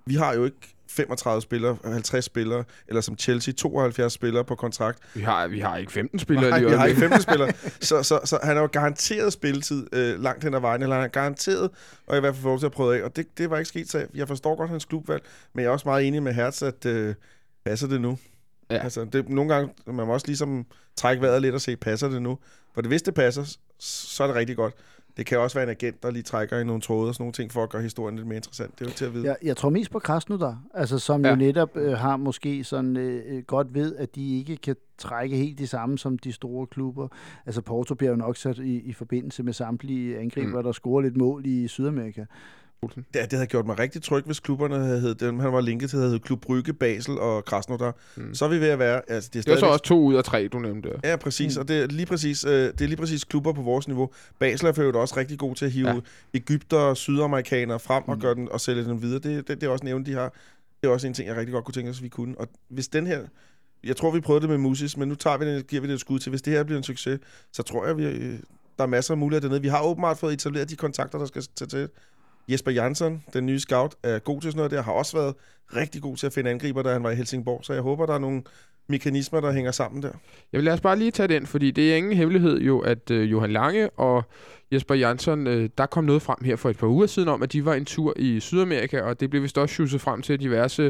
Vi har jo ikke femogtredive spillere, halvtreds spillere, eller som Chelsea, tooghalvfjerds spillere på kontrakt. Vi har, vi har ikke femten spillere. Nej, lige vi har øjeblik. ikke femten spillere. Så, så, så han har jo garanteret spilletid øh, langt hen ad vejen, eller han har garanteret, og i hvert fald få lov til at prøve af. Og det, det var ikke sket, så jeg forstår godt hans klubvalg, men jeg er også meget enig med Hertz, at øh, passer det nu? Ja. Altså, det, nogle gange, man må også ligesom trække vejret lidt og se, passer det nu? For det, hvis det passer, så er det rigtig godt. Det kan også være en agent, der lige trækker i nogle tråde og sådan nogle ting, for at gøre historien lidt mere interessant. Det er jo til at vide. Jeg, jeg tror mest på Krasnodar, altså som ja. jo netop øh, har måske sådan øh, godt ved, at de ikke kan trække helt det samme som de store klubber. Altså Porto bliver jo nok sat i, i forbindelse med samtlige angriber, mm. der scorer lidt mål i Sydamerika. Ja, det havde gjort mig rigtig tryg, hvis klubberne havde heddet dem. Han var linket til, at hedde Klub Brygge, Basel og Krasnodar. Mm. Så er vi ved at være... Altså, det, er det var så også to ud af tre, du nævnte. Ja, præcis. Mm. Og det er, lige præcis, øh, det er lige præcis klubber på vores niveau. Basel er for øvrigt også rigtig god til at hive ja. Egypter og sydamerikanere frem mm. og, gøre den, og sælge dem videre. Det, det, det er også nævnt, de har. Det er også en ting, jeg rigtig godt kunne tænke os, at vi kunne. Og hvis den her... Jeg tror, vi prøvede det med Musis, men nu tager vi det, giver vi det et skud til. Hvis det her bliver en succes, så tror jeg, vi, der er masser af muligheder dernede. Vi har åbenbart fået etableret de kontakter, der skal til til. Jesper Jansson, den nye scout, er god til sådan noget der, har også været rigtig god til at finde angriber, da han var i Helsingborg, så jeg håber, der er nogle mekanismer, der hænger sammen der. Jeg vil lade os bare lige tage den, fordi det er ingen hemmelighed jo, at øh, Johan Lange og Jesper Jansson, øh, der kom noget frem her for et par uger siden om, at de var en tur i Sydamerika, og det blev vist også sjusset frem til diverse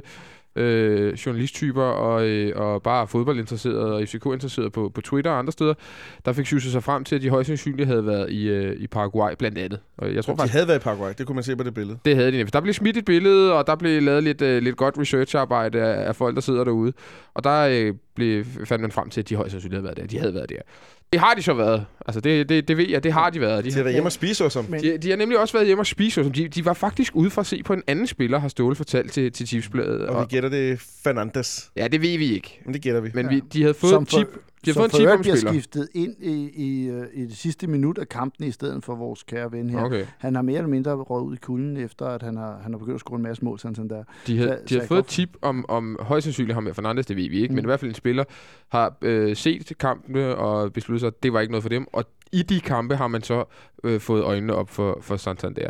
øh, journalisttyper og, øh, og bare fodboldinteresserede og F C K-interesserede på, på Twitter og andre steder, der fik sjusset sig frem til, at de højst sandsynligt havde været i, øh, i Paraguay blandt andet. Og jeg tror de faktisk, havde været i Paraguay, det kunne man se på det billede. Det havde de. Der blev smidt et billede, og der blev lavet lidt, øh, lidt godt researcharbejde af, af folk, der sidder derude. Og der øh, blev, fandt man frem til, at de højst sandsynligt havde været der. De havde været der. Det har de så været. Altså, det, det, det ved jeg, det har de været. De, de har været hjemme og spise hos ham. De, de har nemlig også været hjemme og spise hos ham. De, de var faktisk ude for at se på en anden spiller, har Ståle fortalt til, til Tipsbladet. Og, og vi gætter det Fernandes. Ja, det ved vi ikke. Men det gætter vi. Men ja. vi, de havde fået som en tip. For, de havde som fået for en tip om bliver spiller. skiftet ind i, i, i det sidste minut af kampen i stedet for vores kære ven her. Okay. Han har mere eller mindre røget ud i kulden, efter at han har, han har begyndt at score en masse mål. Sådan, sådan der. De havde, så, de havde fået et tip om, om højst sandsynligt ham med Fernandes, det ved vi ikke, mm. men i hvert fald en spiller har øh, set kampene og besluttet sig, at det var ikke noget for dem. Og i de kampe har man så øh, fået øjnene op for, for Santander.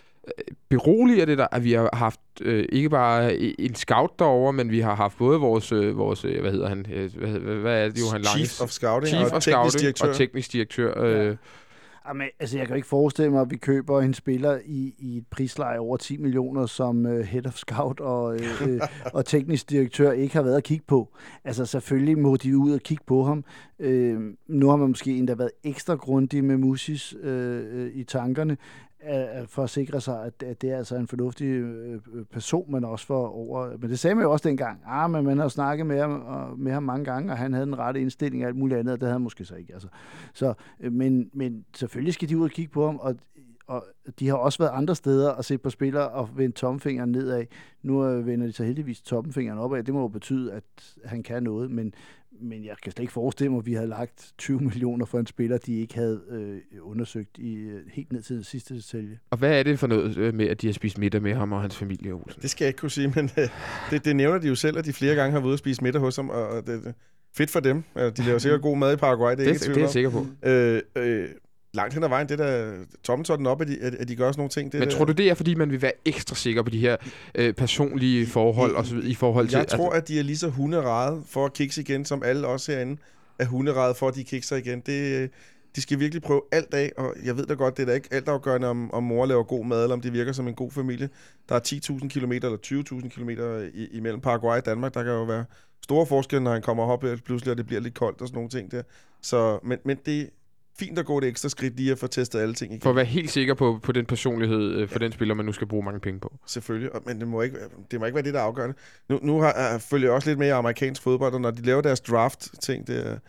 Beroliger det der, at vi har haft øh, ikke bare en scout derovre, men vi har haft både vores, øh, vores øh, hvad hedder han, øh, hvad, hvad er det, Johan Lange? Chief of Scouting Chief og, og teknisk scouting direktør. og teknisk direktør. Øh. Ja. Jamen, altså, jeg kan jo ikke forestille mig, at vi køber en spiller i, i et prisleje over ti millioner, som uh, head of scout og, øh, og teknisk direktør ikke har været at kigge på. Altså, selvfølgelig må de ud og kigge på ham. Øh, nu har man måske endda været ekstra grundig med Musis øh, i tankerne, for at sikre sig, at det er altså en fornuftig person, man også får over. Men det sagde man jo også dengang. Ah, men man har snakket med ham, med ham mange gange, og han havde den rette indstilling og alt muligt andet, og det havde han måske så ikke. Altså. Så, men, men selvfølgelig skal de ud og kigge på ham, og, og de har også været andre steder og set på spillere og vendt tommelfingeren nedad. Nu vender de så heldigvis tommelfingeren opad. Det må jo betyde, at han kan noget, men Men jeg kan slet ikke forestille mig, at vi havde lagt tyve millioner for en spiller, de ikke havde øh, undersøgt i, øh, helt ned til det sidste detalje. Og hvad er det for noget øh, med, at de har spist middag med ham og hans familie, Olsen? Det skal jeg ikke kunne sige, men øh, det, det nævner de jo selv, at de flere gange har været ude og spise middag hos ham, og det, det fedt for dem. Altså, de laver sikkert god mad i Paraguay, det er det, ikke tvivl det er jeg sikker på. Øh, øh, langt hen ad vejen, det der tommeltotten op, at de, at de gør sådan nogle ting. Det Men der, tror du, det er, fordi man vil være ekstra sikker på de her øh, personlige forhold i, og så videre, i forhold til... Jeg tror, at de er lige så hunderede for at kigge igen, som alle os herinde er hunderede for, at de kigger igen. Det, de skal virkelig prøve alt af, og jeg ved da godt, det er da ikke alt afgørende, om, om mor laver god mad, eller om det virker som en god familie. Der er ti tusind kilometer eller tyve tusind kilometer imellem Paraguay og Danmark. Der kan jo være store forskelle, når han kommer op pludselig, og det bliver lidt koldt og sådan nogle ting der. Så, men, men det er fint at gå et ekstra skridt lige at få testet alle ting igen. For at være helt sikker på, på den personlighed øh, for ja. den spiller, man nu skal bruge mange penge på. Selvfølgelig, men det må ikke, det må ikke være det, der er afgørende. Nu, nu har, jeg følger jeg også lidt med i amerikansk fodbold, og når de laver deres draft-ting, det er,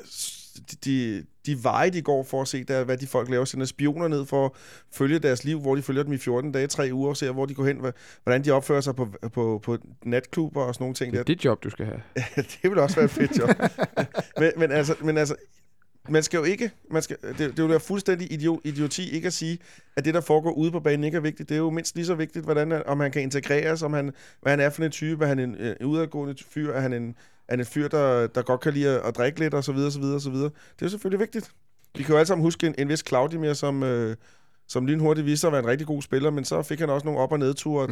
de, de, de veje, de går for at se, der, hvad de folk laver, sender spioner ned for at følge deres liv, hvor de følger dem i fjorten dage, tre uger, og ser, hvor de går hen, hvordan de opfører sig på, på, på natklubber og sådan nogle ting. Det er der. dit job, du skal have. Det vil også være et fedt job. men, men altså... Men altså man skal jo ikke, man skal, det, det vil være fuldstændig idiot, idioti ikke at sige, at det, der foregår ude på banen, ikke er vigtigt. Det er jo mindst lige så vigtigt, hvordan, om han kan integreres, om han, hvad han er for en type, er han en uh, udadgående fyr, er han en, er han en fyr, der, der godt kan lide at, at drikke lidt, og så videre, så videre, så videre. Det er jo selvfølgelig vigtigt. Vi kan jo alle sammen huske en, en vis Claudimir, som, øh, som lynhurtigt viste sig at være en rigtig god spiller, men så fik han også nogle op- og nedture, mm.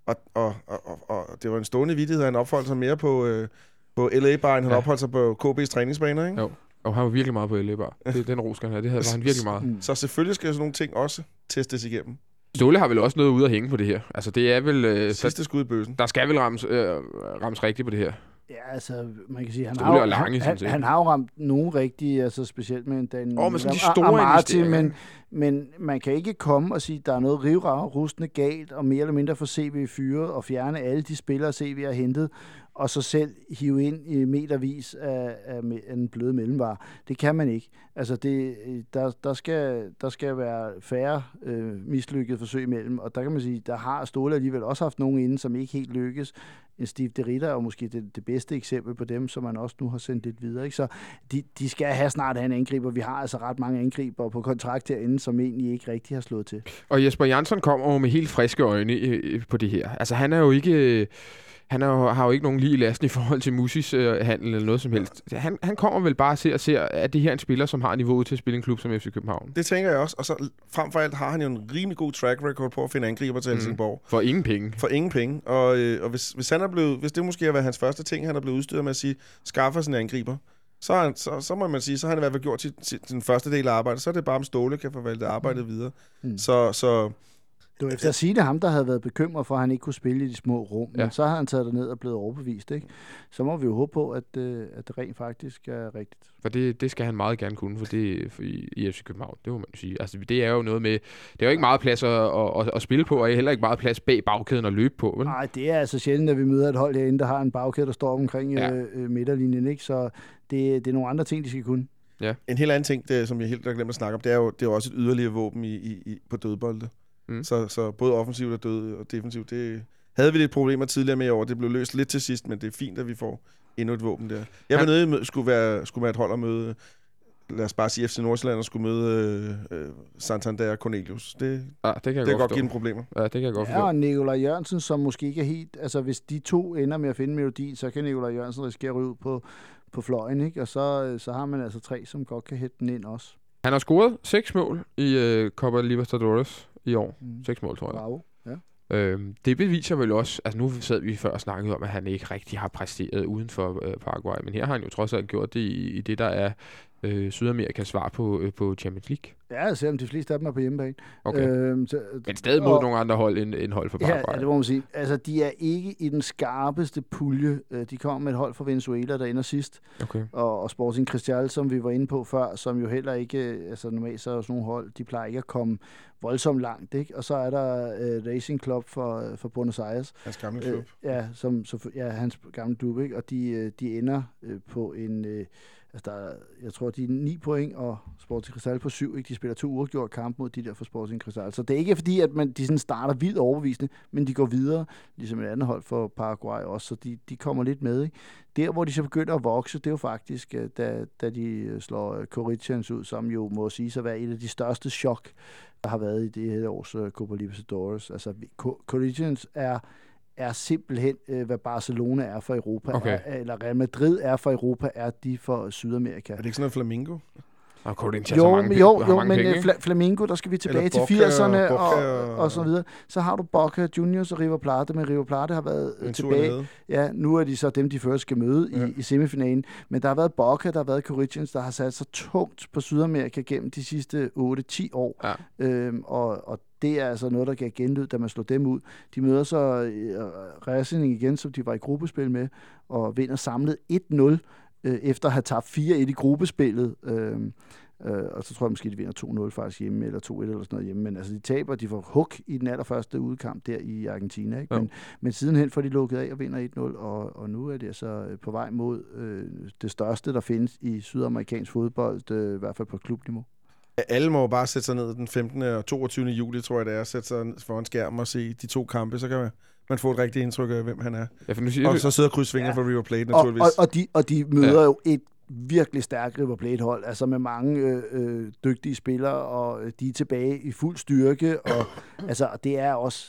Og, og, og, og, og det var en stående vittighed, han opholdt sig mere på, øh, på L A-baren, han Ja. opholdt sig på K B's træningsbaner, ikke? Jo. Og han var virkelig meget på L A bar. Det, den ros skal han have. Det havde, var han virkelig meget. Mm. Så selvfølgelig skal sådan nogle ting også testes igennem. Ståle har vel også noget ude at hænge på det her. Altså, det er vel... Øh, Sidste skud i bøssen. der skal vel rammes, øh, rammes rigtigt på det her. Ja, altså, man kan sige, han Ståle har, og jo, Lange, han, sådan han, set. han har jo ramt nogen rigtige, altså specielt med den Åh, med sådan de Am- store Amati, investeringer. men, men man kan ikke komme og sige, at der er noget rivrag, rustende galt, og mere eller mindre få C V fyret, og fjerne alle de spillere, C V har hentet, og så selv hive ind i metervis af, af, af en bløde mellemvare. Det kan man ikke. Altså, det, der, der, skal, der skal være færre øh, mislykkede forsøg imellem, og der kan man sige, der har Ståle alligevel også haft nogen inden, som ikke helt lykkes. En Steve DeRidder er jo måske det, det bedste eksempel på dem, som man også nu har sendt lidt videre. Ikke? Så de, de skal have snart have en angriber. Vi har altså ret mange angriber på kontrakt herinde, som egentlig ikke rigtig har slået til. Og Jesper Jansson kommer jo med helt friske øjne øh, på det her. Altså, han er jo ikke... Øh, han er jo, har jo ikke nogen lige i lasten i forhold til Musis øh, handel eller noget som helst. Han, han kommer vel bare til at se, at det her er en spiller, som har niveauet til at spille en klub som F C København. Det tænker jeg også. Og så frem for alt har han jo en rimelig god track record på at finde angriber til Helsingborg. Mm. For ingen penge. For ingen penge. Og, øh, og hvis, hvis, han er blevet, hvis det måske har været hans første ting, han er blevet udstyret med at sige, skaffer sin angriber, så, han, så, så må man sige, så har han i hvert fald gjort til, til, til den første del af arbejdet. Så er det bare, om Ståle kan forvalte arbejdet videre. Mm. Så... så det var efter at sige det ham, der havde været bekymret for, at han ikke kunne spille i de små rum. Ja. Men så har han taget det ned og blevet overbevist. Ikke? Så må vi jo håbe på, at, øh, at det rent faktisk er rigtigt. For det, det skal han meget gerne kunne for det, for i, i F C København. Det må man jo sige. Altså, det er jo noget med... Det er jo ikke meget plads at, at, at spille på, og heller ikke meget plads bag bagkæden at løbe på. Vel? Nej, det er altså sjældent, at vi møder et hold herinde, der har en bagkæde, der står omkring ja. øh, midterlinjen. Ikke? Så det, det er nogle andre ting, de skal kunne. Ja. En helt anden ting, det, som jeg helt har glemt at snakke om, det er jo, det er jo også et yderligere våben i, i, i, på dødbolde. Mm. Så, så både offensivt og død og defensivt, det havde vi lidt problemer tidligere med i år. Det blev løst lidt til sidst, men det er fint, at vi får endnu et våben der. Jeg vil ja. nødt skulle være skulle være et hold at møde, lad os bare sige F C Nordsjælland, og skulle møde øh, Santander og Cornelius. Det, ja, det kan, jeg det godt, godt give dem problemer. Ja, det kan jeg godt forstå. Ja, og Nikolaj Jørgensen, som måske ikke er helt... Altså, hvis de to ender med at finde melodi, så kan Nikolaj Jørgensen risikere at ryge ud på, på fløjen, ikke? Og så, så har man altså tre, som godt kan hætte den ind også. Han har scoret seks mål i øh, Copa Libertadores i år. Mm. Seks mål, tror jeg. Bravo, ja. Øhm, det beviser vel også, altså nu sad vi før og snakkede om, at han ikke rigtig har præsteret uden for øh, Paraguay, men her har han jo trods alt gjort det i, i det, der er øh, Sydamerikas svar på, øh, på Champions League. Ja, selvom de fleste af dem er på hjemmebane. Okay. Øhm, så, men stadig mod og, nogle andre hold end, end hold for Paraguay. Ja, ja, det må man sige. Altså, de er ikke i den skarpeste pulje. De kommer med et hold fra Venezuela, der ender sidst. Okay. Og, og Sporting Cristal, som vi var inde på før, som jo heller ikke, altså normalt så er sådan nogle hold, de plejer ikke at komme voldsomt langt, ikke? Og så er der uh, Racing Club for, for Buenos Aires. Hans gamle klub. Uh, ja, som, så, ja, hans gamle klub, ikke? Og de, de ender uh, på en... Uh, Altså, der er, jeg tror, de er ni point, og Sporting Cristal på syv. Ikke? De spiller to uafgjort kamp mod de der for Sporting Cristal. Så det er ikke fordi, at man, de sådan starter vildt overbevisende, men de går videre, ligesom et andet hold for Paraguay også, så de, de kommer lidt med. Ikke? Der, hvor de så begynder at vokse, det er jo faktisk, da, da de slår Corinthians ud, som jo må sige sig være et af de største chok, der har været i det her års Copa Libertadores. Altså, Corinthians er... er simpelthen, øh, hvad Barcelona er for Europa, okay. er, eller Real Madrid er for Europa, er de for Sydamerika. Er det ikke sådan noget Flamingo? Og Corinthians jo, har mange, jo, har jo mange men penge, Fla- Flamingo, der skal vi tilbage Boca, til firserne Boca, og, og, og så videre. Så har du Boca Juniors og River Plate, men River Plate har været en tilbage. Ja, nu er de så dem, de først skal møde ja. i, i semifinalen. Men der har været Boca, der har været Corinthians, der har sat sig tungt på Sydamerika gennem de sidste otte til ti år. Ja. Øhm, og, og det er altså noget, der gav genlyd, da man slår dem ud. De møder så uh, Racing igen, som de var i gruppespil med, og vinder samlet et nul, øh, efter at have tabt fire et i gruppespillet. Øh, øh, og så tror jeg måske, de vinder to nul faktisk hjemme, eller to et eller sådan noget hjemme. Men altså, de taber, de får hug i den allerførste udkamp der i Argentina. Ikke? Men, men sidenhen får de lukket af og vinder et nul, og, og nu er det så på vej mod øh, det største, der findes i sydamerikansk fodbold, øh, i hvert fald på klubniveau. Alle må bare sætte sig ned den femtende og toogtyvende juli, tror jeg det er, sætte sig foran skærmen og se de to kampe, så kan man, man få et rigtigt indtryk af, hvem han er. Ja, for nu siger og så sidder Kryds Svinger ja. for River Plate, naturligvis. Og, og, og, de, og de møder ja. jo et virkelig stærkt River Plate-hold, altså med mange øh, øh, dygtige spillere, og de er tilbage i fuld styrke, og altså, det er også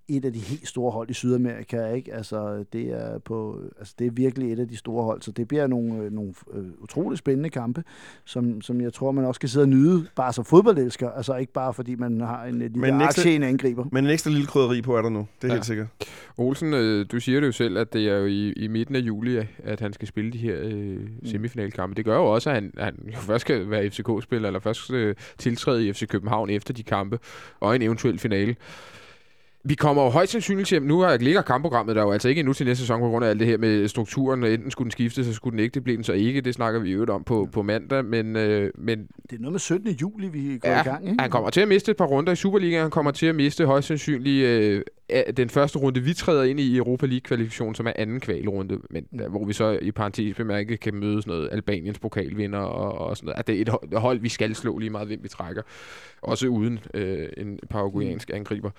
et af de helt store hold i Sydamerika, ikke? Altså, det er på, altså, det er virkelig et af de store hold, så det bliver nogle, øh, nogle øh, utroligt spændende kampe, som, som jeg tror, man også skal sidde og nyde, bare som fodboldelsker, altså ikke bare fordi man har en lille aktie i en angriber. Men en ekstra lille krydderi på er der nu, det er ja. helt sikkert. Olsen, øh, du siger det jo selv, at det er jo i, i midten af juli, at han skal spille de her øh, semifinalkampe. Det gør jo også, at han, han jo først skal være F C K-spiller, eller først øh, tiltræde i F C København efter de kampe, og en eventuel finale. Vi kommer jo højst sandsynligt til, nu ligger kampprogrammet der jo altså ikke endnu til næste sæson på grund af alt det her med strukturen. Enten skulle den skifte, så skulle den ikke. Det blev den så ikke. Det snakker vi jo om på, på mandag. Men, øh, men det er noget med syttende juli, vi går ja, i gang, ikke? Han kommer til at miste et par runder i Superligaen. Han kommer til at miste højst sandsynligt øh, den første runde, vi træder ind i Europa League-kvalifikationen, som er anden kvalrunde. Men mm. der, hvor vi så i parentes bemærket kan møde sådan noget Albaniens pokalvinder og, og sådan noget. At det er et hold, hold, vi skal slå lige meget, hvem vi trækker. Også uden øh, en paraguayansk angriber.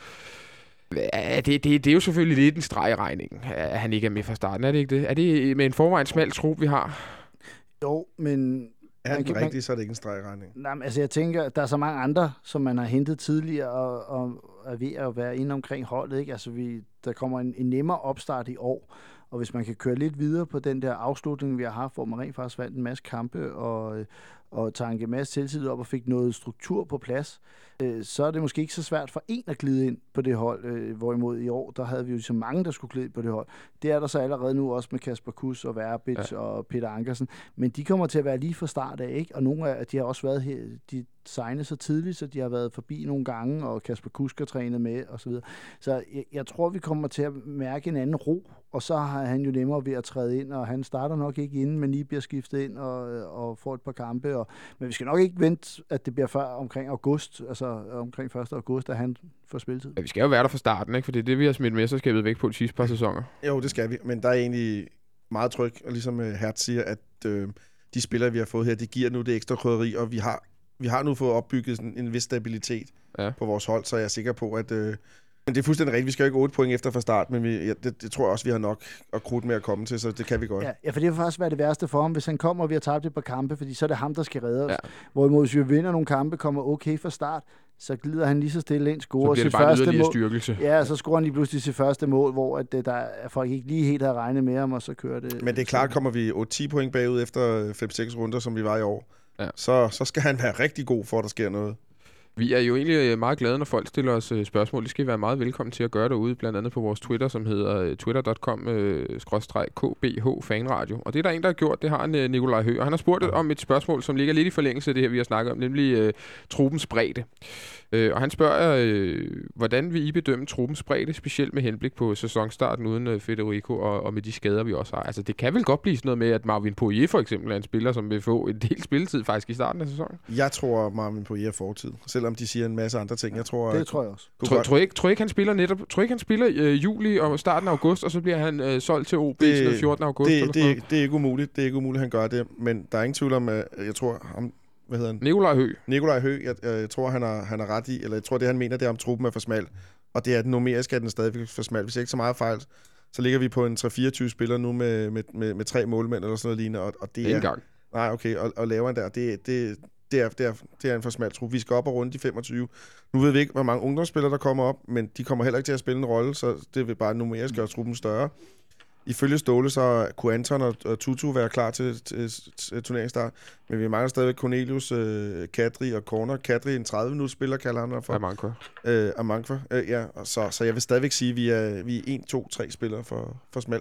Det, det, det er jo selvfølgelig lidt en streg i regningen, at han ikke er med fra starten, er det ikke det? Er det med en forvejen smal trup, vi har? Jo, men... Er han rigtigt, så er det ikke en streg i regningen? Nej, men altså jeg tænker, der er så mange andre, som man har hentet tidligere, og, og er ved at være inde omkring holdet, ikke? Altså vi, der kommer en, en nemmere opstart i år, og hvis man kan køre lidt videre på den der afslutning, vi har haft, hvor man rent faktisk vandt en masse kampe, og, og tager en masse selvtid op og fik noget struktur på plads, øh, så er det måske ikke så svært for en at glide ind på det hold, øh, hvorimod i år, der havde vi jo så mange, der skulle glide ind på det hold. Det er der så allerede nu også med Kasper Kuss og Verbitz ja. og Peter Ankersen, men de kommer til at være lige fra start af, ikke? Og nogle af de har også været her, de signet så tidligt, så de har været forbi nogle gange, og Kasper Kuss har trænet med, og så videre. Så jeg, jeg tror, vi kommer til at mærke en anden ro, og så har han jo nemmere ved at træde ind, og han starter nok ikke inden, men lige bliver skiftet ind og, og får et par kampe. Og, men vi skal nok ikke vente, at det bliver før omkring august, altså omkring første august, at han får spilletid. Ja, vi skal jo være der fra starten, ikke? For det er det, vi har smidt mesterskabet væk på de sidste par sæsoner. Jo, det skal vi, men der er egentlig meget tryg, og ligesom Hertz siger, at øh, de spillere, vi har fået her, det giver nu det ekstra krydderi, og vi har, vi har nu fået opbygget sådan en vis stabilitet ja. på vores hold, så jeg er sikker på, at... Øh, Men det er fuldstændig rigtigt. Vi skal jo ikke otte point efter fra start, men vi, ja, det, det tror jeg også, vi har nok at krudt med at komme til, så det kan vi godt. Ja, ja, for det vil faktisk være det værste for ham, hvis han kommer, og vi har tabt et par kampe, fordi så er det ham, der skal redde os. Ja. Hvorimod, hvis vi vinder nogle kampe, kommer okay fra start, så glider han lige så stille ind, scorer sit første mål. Styrkelse. Ja, så scorer han lige pludselig sit første mål, hvor at, der er folk ikke lige helt har regnet med ham, og så kører det. Men det er klart, kommer vi otte ti point bagud efter fem seks runder, som vi var i år, ja. så, så skal han være rigtig god for, at der sker noget. Vi er jo egentlig meget glade, når folk stiller os spørgsmål. Det skal I være meget velkommen til at gøre derude, blandt andet på vores Twitter, som hedder twitter punktum com skråstreg k b h fanradio. Og det er der en, der har gjort, det har en Nikolaj Høgh. Og han har spurgt om et spørgsmål, som ligger lidt i forlængelse af det her, vi har snakket om, nemlig uh, truppens bredde. Uh, og han spørger, uh, hvordan vil I bedømme truppens bredde, specielt med henblik på sæsonstarten uden uh, Federico og, og med de skader, vi også har. Altså, det kan vel godt blive sådan noget med, at Marvin Poirier for eksempel er en spiller, som vil få en del spilletid faktisk i starten af sæsonen. Jeg tror, Marvin Poirier får tid, selvom de siger en masse andre ting. Jeg tror, det tror jeg også. Tror, tror, ikke, tror ikke, han spiller netop, tror ikke, han spiller øh, juli og starten af august, og så bliver han øh, solgt til O B det, fjortende august? Det, det, det er ikke umuligt. Det er ikke umuligt, han gør det. Men der er ingen tvivl om, at jeg tror, ham, hvad hedder han? Nikolaj Høgh. Nikolaj Høgh, jeg, jeg tror, han har, han har ret i, eller jeg tror, det han mener, det er, om truppen er for smal. Og det er den numeriske, at den stadigvæk for smal. Hvis jeg ikke så meget fejl, så ligger vi på en tre fireogtyve spillere nu med, med, med, med tre målmænd eller sådan noget lignende. Og, og det er... En gang. Nej, okay, og, og lavere end der. Det, det, det, er, det, er, det er en for smal trup. Vi skal op og runde de femogtyve. Nu ved vi ikke, hvor mange ungdomsspillere, der kommer op, men de kommer heller ikke til at spille en rolle, så det vil bare numerisk gøre truppen større. Ifølge Ståle, så kunne Anton og, og Tutu være klar til, til, til turneringsstart, men vi mangler stadigvæk Cornelius, øh, Kadri og Corner. Kadri en tredive minutter spiller, kalder han for. Amankwa. Øh, Amankwa, øh, ja. Så, så jeg vil stadigvæk sige, at vi er, vi er en, to, tre spillere for, for smal.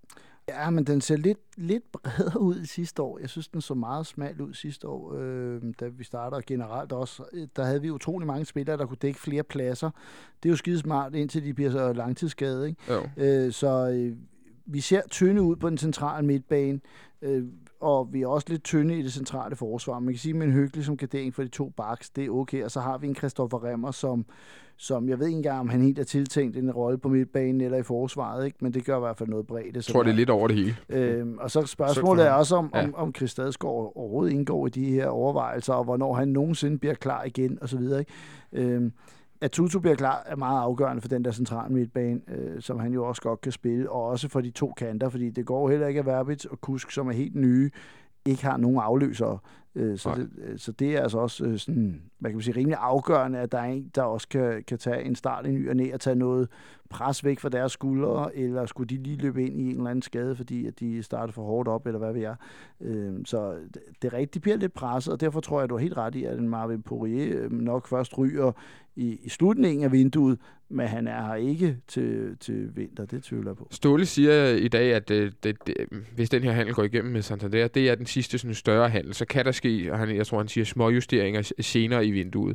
Ja, men den ser lidt, lidt bredere ud sidste år. Jeg synes, den så meget smal ud sidste år, øh, da vi starter generelt også. Der havde vi utrolig mange spillere, der kunne dække flere pladser. Det er jo skidesmart, indtil de bliver så langtidsskadede, ikke? Øh, så øh, vi ser tynde ud på den centrale midtbane, øh, og vi er også lidt tynde i det centrale forsvar. Man kan sige, med en Hyggelig som gardering for de to backs, det er okay. Og så har vi en Christoffer Remmer, som, som jeg ved ikke engang, om han helt er tiltænkt en rolle på midtbanen eller i forsvaret, ikke? Men det gør i hvert fald noget bredt. Jeg tror, det er lidt over det hele. Øhm, og så spørgsmålet er også, om, ja. om, om Chris Stadsgaard overhovedet indgår i de her overvejelser, og hvornår han nogensinde bliver klar igen, og så videre, ikke? Øhm, At Tutu bliver klar er meget afgørende for den der centrale midtbane, øh, som han jo også godt kan spille, og også for de to kanter, fordi det går heller ikke, at Verbitz og Kusk, som er helt nye, ikke har nogen afløsere. Øh, så, det, så det er altså også øh, sådan, hvad kan man sige, rimelig afgørende, at der er en, der også kan, kan tage en start i ny og næ og tage noget pres væk fra deres skuldre, eller skulle de lige løbe ind i en eller anden skade, fordi at de starter for hårdt op, eller hvad ved jeg. Øh, så det, det rigtigt bliver lidt presset, og derfor tror jeg, at du har helt ret i, at en Marvin Poirier nok først ryger i, i slutningen af vinduet, men han er her ikke til, til vinter, det tvivler jeg på. Ståle siger i dag, at det, det, det, hvis den her handel går igennem med Santander, det er den sidste sådan, større handel, så kan der ske, og han, jeg tror, han siger småjusteringer senere i vinduet.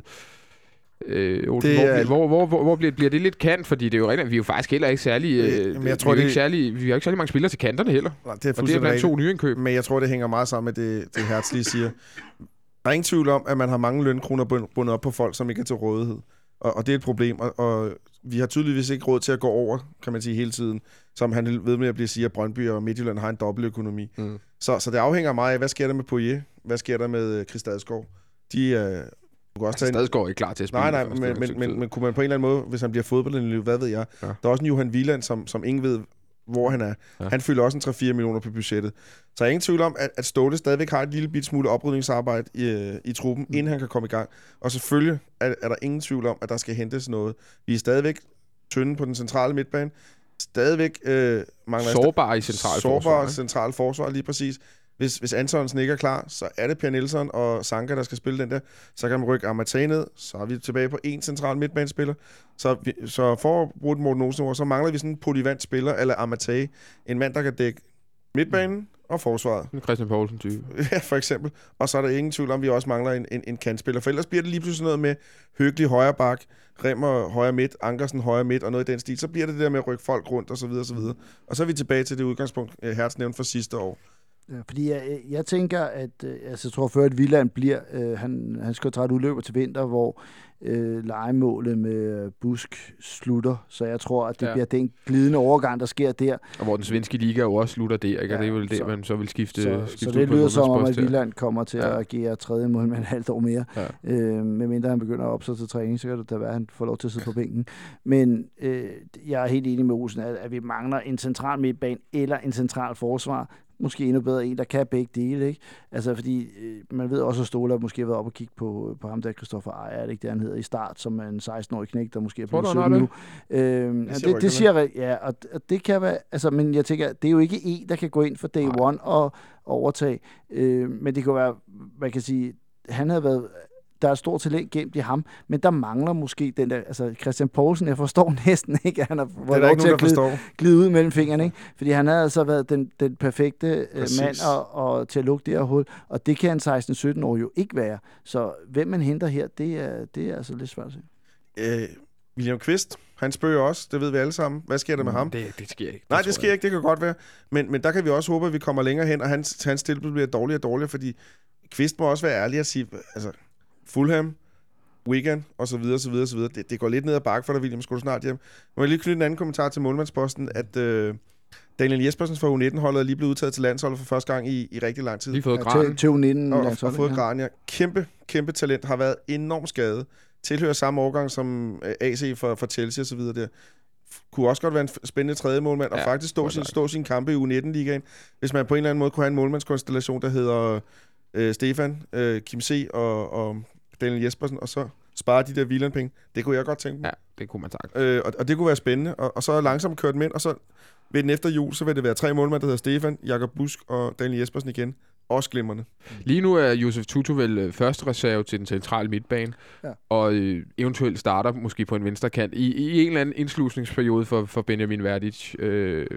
Øh, Olsen, det er, hvor, hvor, hvor, hvor bliver, bliver det lidt kant? Fordi det er jo rigtigt, vi er jo faktisk heller ikke særlig, øh, men jeg tror, vi, er det, ikke særlig vi har ikke særlig mange spillere til kanterne heller. Nej, det er og det er blandt to nye indkøb. Men jeg tror, det hænger meget sammen med det, det Hertzli siger. Der er ingen tvivl om, at man har mange lønkroner bundet op på folk, som ikke er til rådighed. Og, og det er et problem, og, og vi har tydeligvis ikke råd til at gå over, kan man sige, hele tiden, som han ved med at blive sige, at Brøndby og Midtjylland har en dobbeltøkonomi. Mm. Så, så det afhænger meget af, hvad sker der med Poirier? Hvad sker der med Chris Dadsgaard? De øh, kunne også altså, Dadsgaard er ikke klar til at spille. Nej, nej, men, men, men, men, men kunne man på en eller anden måde, hvis han bliver fodboldindliv, hvad ved jeg? Ja. Der er også en Johan Wieland, som, som ingen ved, hvor han er. Ja. Han fylder også en tre fire millioner på budgettet. Så jeg er ingen tvivl om, at, at Ståle stadigvæk har et lille bit smule oprydningsarbejde i, i truppen, mm. inden han kan komme i gang. Og selvfølgelig er, er der ingen tvivl om, at der skal hentes noget. Vi er stadigvæk tynde på den centrale midtbane. Stadigvæk øh, mangler... Sårbare i centrale forsvar. Sårbare centrale forsvar, lige præcis. Hvis, hvis Antonsen ikke er klar, så er det Per Nielsen og Sanka, der skal spille den der. Så kan man rykke Amartey ned, så er vi tilbage på én central midtbanespiller. Så, vi, så for at bruge Morten Olsen, så mangler vi sådan en polyvant spiller, eller Amartey. En mand, der kan dække midtbanen og forsvaret. En Christian Poulsen-type. Ja, for eksempel. Og så er der ingen tvivl om, at vi også mangler en, en, en kantspiller. For ellers bliver det lige pludselig noget med Høgli højre bak, Remmer højre midt, Ankersen højre midt og noget i den stil. Så bliver det det der med at rykke folk rundt og så videre og så videre. Og så er vi tilbage til det udgangspunkt, Hertz nævnte for sidste år. Ja, fordi jeg, jeg tænker, at øh, altså, jeg tror før, at Wieland bliver, øh, han, han skal træde et udløber til vinter, hvor øh, lejemålet med Busk slutter. Så jeg tror, at det ja. bliver den glidende overgang, der sker der. Og hvor den svenske liga jo også slutter der, ikke? Ja, det er vel det, man så vil skifte. Så, skifte så det lyder som om, at Wieland kommer til ja. at agere tredje målmand et halvt år mere. Ja. Øh, medmindre han begynder at opsætte til træning, så kan det da være, at han får lov til at sidde på bænken. Men øh, jeg er helt enig med Olsen, at, at vi mangler en central midtbane eller en central forsvar. Måske endnu bedre en, der kan begge dele, ikke? Altså, fordi øh, man ved også, at Ståle måske har været op og kigge på, på ham der, Christoffer Ejer, er det ikke det, han hedder i start, som en seksten-årig knæk, der måske er blevet sytten nu. Øh, det, ja, det, det siger ja, og, og det kan være, altså, men jeg tænker, det er jo ikke en, der kan gå ind for day Nej. one og, og overtage, øh, men det kan være, man kan sige, han havde været, der er et stort talent gemt i ham, men der mangler måske den der, altså Christian Poulsen, jeg forstår næsten ikke, at han har fået lov til at glide, glide ud mellem fingrene, ikke? Fordi han havde altså været den, den perfekte Præcis. mand og, og til at lukke det her hul, og det kan en seksten sytten år jo ikke være. Så hvem man henter her, det er, det er altså lidt svært at se. Øh, William Kvist, han spørger også, det ved vi alle sammen. Hvad sker der med mm, ham? Det, det sker ikke. Det Nej, det sker jeg. ikke, det kan godt være. Men, men der kan vi også håbe, at vi kommer længere hen, og hans, hans tilbud bliver dårligere og dårligere, fordi Kvist må også være ærlig at sige, altså Fulham, Wigan og så videre, så videre, så videre. Det, det går lidt ned ad bakke for dig, William. Skulle du snart hjem? Må jeg lige knytte en anden kommentar til målmandsposten, at øh, Daniel Jespersen fra U nitten-holdet er lige blevet udtaget til landsholdet for første gang i, i rigtig lang tid. Lige fået Gran. Ja, til U nitten. Og, og, og fået Gran, ja. Kæmpe, kæmpe talent. Har været enormt skadet. Tilhører samme årgang som A C for, for Chelsea og så videre der. Kunne også godt være en spændende tredje målmand, ja, og faktisk stå sin, stå sin kampe i U nitten-ligaen, hvis man på en eller anden måde kunne have en målmandskonstellation, der hedder øh, Stefan, øh, Kim C. og, og Daniel Jespersen, og så spare de der Wieland-penge. Det kunne jeg godt tænke mig. Ja, det kunne man sagt. Øh, og, og det kunne være spændende. Og, og så langsomt kørt dem ind, og så ved den efter jul, så vil det være tre målmænd, der hedder Stefan, Jakob Busk og Daniel Jespersen igen. Også glimrende. Lige nu er Josef Tutu vel første reserve til den centrale midtbane, ja. og øh, eventuelt starter måske på en venstre kant i, i en eller anden indslusningsperiode for, for Benjamin Verdic. Øh,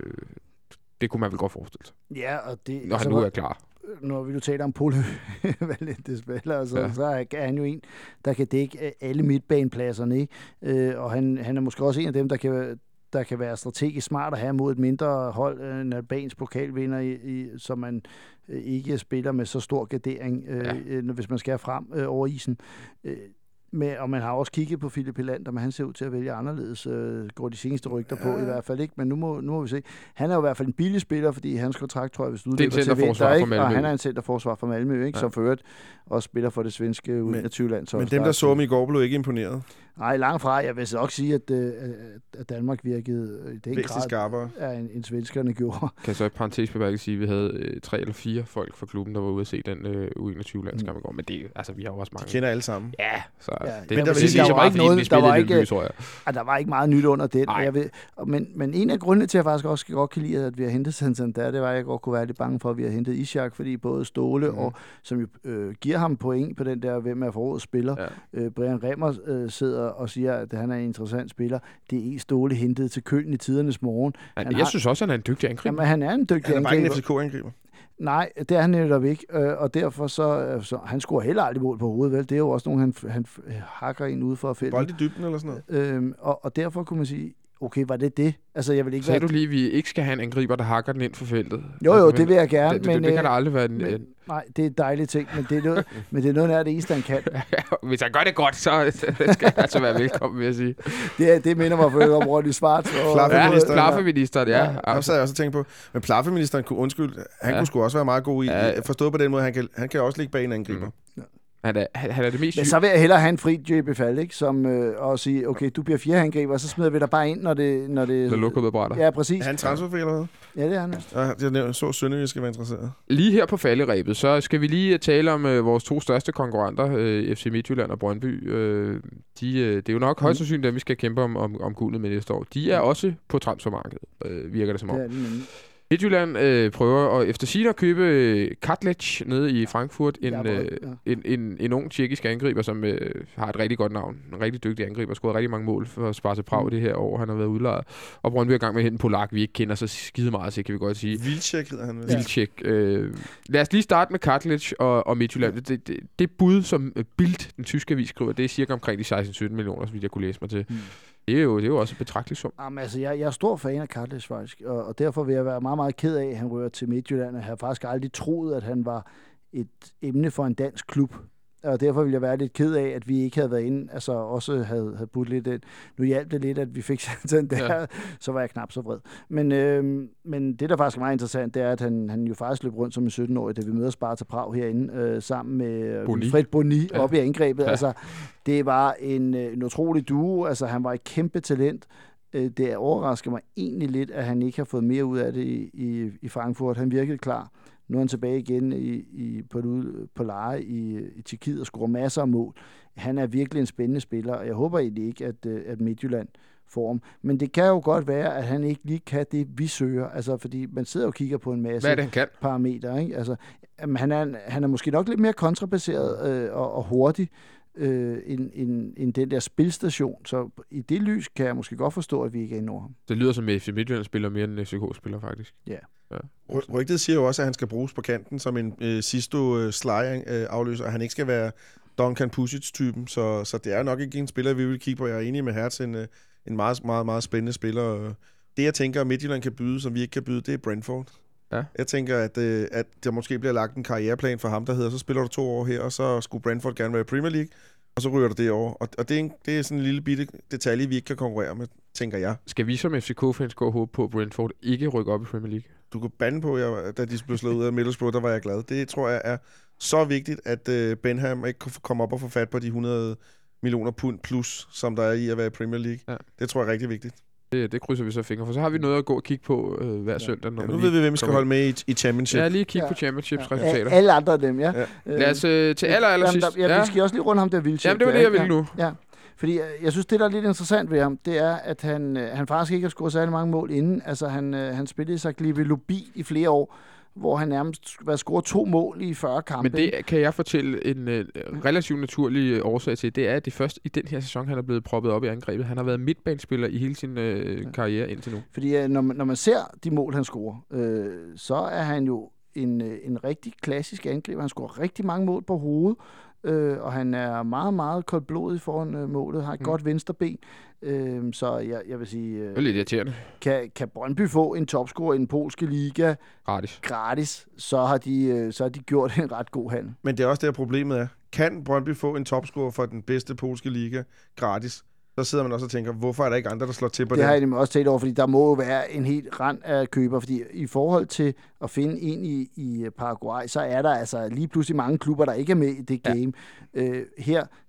det kunne man vel godt forestille sig. Ja, og det... Når han nu er klar. Når vi nu taler om polyvalente spillere, så, ja. så er han jo en, der kan dække alle midtbanepladserne, ikke? Øh, og han, han er måske også en af dem, der kan, der kan være strategisk smart at have mod et mindre hold, en albansk pokalvinder, i, i, som man øh, ikke spiller med så stor gardering, øh, ja. øh, hvis man skal frem øh, over isen. Øh, Med, og man har også kigget på Philip Helander, men han ser ud til at vælge anderledes. Øh, går de seneste rygter på i hvert fald ikke, men nu må, nu må vi se. Han er jo i hvert fald en billig spiller, fordi hans kontrakt, tror jeg, hvis du udløber til vinter, ikke? Og han er en centerforsvar for Malmø, ikke? Ja. Som for øvrigt også spiller for det svenske U enogtyve-landshold. Men dem, der så ham i går, blev ikke imponeret. Nej, langt fra. Jeg vil så også sige, at, øh, at Danmark virkede i den Væsentligt grad skarpere. Ja, end, end svenskerne gjorde. Kan så i parentes bemærket sige, at vi havde øh, tre eller fire folk fra klubben, der var ude at se den øh, U enogtyve-landskamp i går. Men det, altså, vi har jo også mange. De kender alle sammen. Ja, så Ja, det, men det, der det, vil sige, det der var ikke noget- der var ikke- by, tror jeg. Ah, der var ikke meget nyt under det. Nej. Jeg ved, men, men en af grundene til, at jeg faktisk også godt kan lide, at vi har hentet Santander, det var, at jeg godt kunne være lidt bange for, at vi har hentet Ishak, fordi både Ståle, mm. og, som jo øh, giver ham point på den der, hvem er forårets spiller. Ja. Øh, Brian Remmer øh, sidder og siger, at han er en interessant spiller. Det er Ståle hentet til Køln i tidernes morgen. Han, Han jeg har- synes også, han er en dygtig angriber. Jamen, han er en dygtig Han er bare ikke en angriber. F C K-angriber. Nej, det er han netop ikke, øh, og derfor så, øh, så han scorer heller aldrig mål på hovedet, vel? Det er jo også nogen, han, han f- hakker ind ude for feltet. Bold i dybden eller sådan noget. Øhm, og, og derfor kunne man sige, okay, var det det? Altså, jeg vil ikke Sagde være... du lige, at vi ikke skal have en angriber, der hakker den ind for feltet? Jo, jo, Altså, det vil jeg gerne, det, men... det, det kan øh, da aldrig være en... men, en nej, det er en dejlig ting, men det er noget, men det er noget af det eneste, han kan. hvis han gør det godt, så skal han altså være velkommen, vil jeg sige. Det, er- det minder mig for om Ronny Svarts. Og, Flaffeministeren. Ja, Plaffeministeren, ja. Ja, og så havde jeg også tænkt på, men Plaffeministeren kunne undskylde, han Ja. kunne sgu også være meget god i, Ja. ja. forstået på den måde, han kan, han kan også ligge bag en angriber. Mm. Han er, han, han er det mest Men syge. så vil jeg hellere have en fri J B Fall, ikke? Som, øh, og sige, okay, du bliver fire angriber, og så smider vi dig bare ind, når det... Når det Der lukker med brætter. Ja, præcis. Er han transferfri eller hvad? Ja, det er han. Ja, jeg nævnte, så Sønderjysk skal være interesseret. Lige her på falderæbet, så skal vi lige tale om øh, vores to største konkurrenter, øh, F C Midtjylland og Brøndby. Øh, de, øh, det er jo nok højst sandsynligt, dem vi skal kæmpe om, om, om guldet med næste år. De er også på transfermarkedet, øh, virker det som om. Det er det nemlig. Midtjylland øh, prøver at efter sigende at købe øh, Katlec nede i Frankfurt, en, Ja, øh, ja. en, en, en ung tjekkisk angriber, som øh, har et rigtig godt navn. En rigtig dygtig angriber, scoret rigtig mange mål for Sparta Prag Mm. det her år, han har været udlejet. Og Brøndby er i gang med at hente en polak, vi ikke kender så skide meget, så kan vi godt sige. Vilcek hedder han. Ja. Ja. Vilcek. Øh, lad os lige starte med Katlec og, og Midtjylland. Det, det, det bud, som øh, Bild, den tyske avis, skriver, det er cirka omkring de seksten sytten millioner, så vidt jeg kunne læse mig til. Mm. Det er jo, det er jo også et betragteligt sum. Jamen, altså, jeg, jeg er stor fan af Karlis faktisk, og, og derfor vil jeg være meget, meget ked af, at han rører til Midtjylland. Jeg havde faktisk aldrig troet, at han var et emne for en dansk klub. Og derfor ville jeg være lidt ked af, at vi ikke havde været inde, altså også havde, havde budt lidt ind. Nu hjalp det lidt, at vi fik sådan der, ja. Så var jeg knap så vred. Men, øh, men det, der faktisk er meget interessant, det er, at han, han jo faktisk løb rundt som en sytten-årig, da vi møder Sparta Prag herinde, øh, sammen med Boni. Fred Boni Ja. oppe i angrebet. Ja. Altså, det var en, en utrolig duo, altså han var et kæmpe talent. Øh, Det overrasker mig egentlig lidt, at han ikke har fået mere ud af det i, i, i Frankfurt. Han virkede klar. Nu er han tilbage igen i, i, på, et ude, på leje i, i Tjekkiet og scorer masser af mål. Han er virkelig en spændende spiller, og jeg håber egentlig ikke, at, øh, at Midtjylland får ham. Men det kan jo godt være, at han ikke lige kan det, vi søger. Altså, fordi man sidder og kigger på en masse Hvad er det, han kan? parametre. Ikke? Altså, jamen, han, er, han er måske nok lidt mere kontrabaseret øh, og, og hurtig, øh, end, end, end den der spilstation. Så i det lys kan jeg måske godt forstå, at vi ikke er inde over ham. Det lyder som, at F C Midtjylland spiller mere end F C K spiller, faktisk. Ja. Ja. Ry- Rygtet siger jo også, at han skal bruges på kanten som en øh, sidste øh, sly-afløser, og han ikke skal være Duncan Pusic-typen, så, så det er nok ikke en spiller, vi vil kigge på. Jeg er enig med Hertz, en, øh, en meget, meget, meget spændende spiller. Det, jeg tænker, at Midtjylland kan byde, som vi ikke kan byde, det er Brentford. Ja. Jeg tænker, at, øh, at der måske bliver lagt en karriereplan for ham, der hedder, så spiller du to år her, og så skulle Brentford gerne være i Premier League, og så ryger du det over. Og, og det, er en, det er sådan en lille bitte detalje, vi ikke kan konkurrere med, tænker jeg. Skal vi som F C K-fans gå og håbe på, at Brentford ikke rykker op i Premier League? Du kunne bande på, jeg, da de blev slået ud af Middlesbrough, der var jeg glad. Det tror jeg er så vigtigt, at øh, Benham ikke kan komme op og få fat på de hundrede millioner pund plus, som der er i at være i Premier League. Ja. Det tror jeg er rigtig vigtigt. Det, det krydser vi så fingre for. Så har vi noget at gå og kigge på øh, hver søndag. Når Ja, man nu lige ved vi, hvem vi skal kommer holde med i, i Championship. Ja, lige kigge Ja. på Championships Ja. resultater. Alle andre af dem, ja. Ja. Øh, Lad os øh, til aller, aller Jamen, sidst. der, ja, vi skal også lige runde ham der Vilcek. Jamen, det var det, jeg ville nu. Ja, fordi øh, jeg synes, det, der er lidt interessant ved ham, det er, at han, øh, han faktisk ikke har scoret særlig mange mål inden. Altså, han, øh, han spillede sig Glive Lubi i flere år, hvor han nærmest var scoret to mål i fyrre kampe. Men det kan jeg fortælle en øh, relativt naturlig øh, årsag til. Det er, at det først i den her sæson, han er blevet proppet op i angrebet. Han har været midtbanespiller i hele sin øh, karriere indtil nu. Fordi øh, når, man, når man ser de mål, han scorer, øh, så er han jo en, øh, en rigtig klassisk angriber. Han scorer rigtig mange mål på hovedet, øh, og han er meget, meget koldblodig foran øh, målet. Har et Mm. mm. godt venstre ben. Øh, så jeg, jeg vil sige, Det er øh, lidt irriterende. kan, kan Brøndby få en topscorer i den polske liga Gratis. gratis, så har de, øh, så har de gjort en ret god handel. Men det er også det, problemet er. Kan Brøndby få en topscorer for den bedste polske liga gratis? Så sidder man også og tænker, hvorfor er der ikke andre, der slår til på Det har jeg den? nemlig også tænkt over, fordi der må jo være en helt rand af køber, fordi i forhold til at finde en i, i Paraguay, så er der altså lige pludselig mange klubber, der ikke er med i det Ja. game. Øh, her,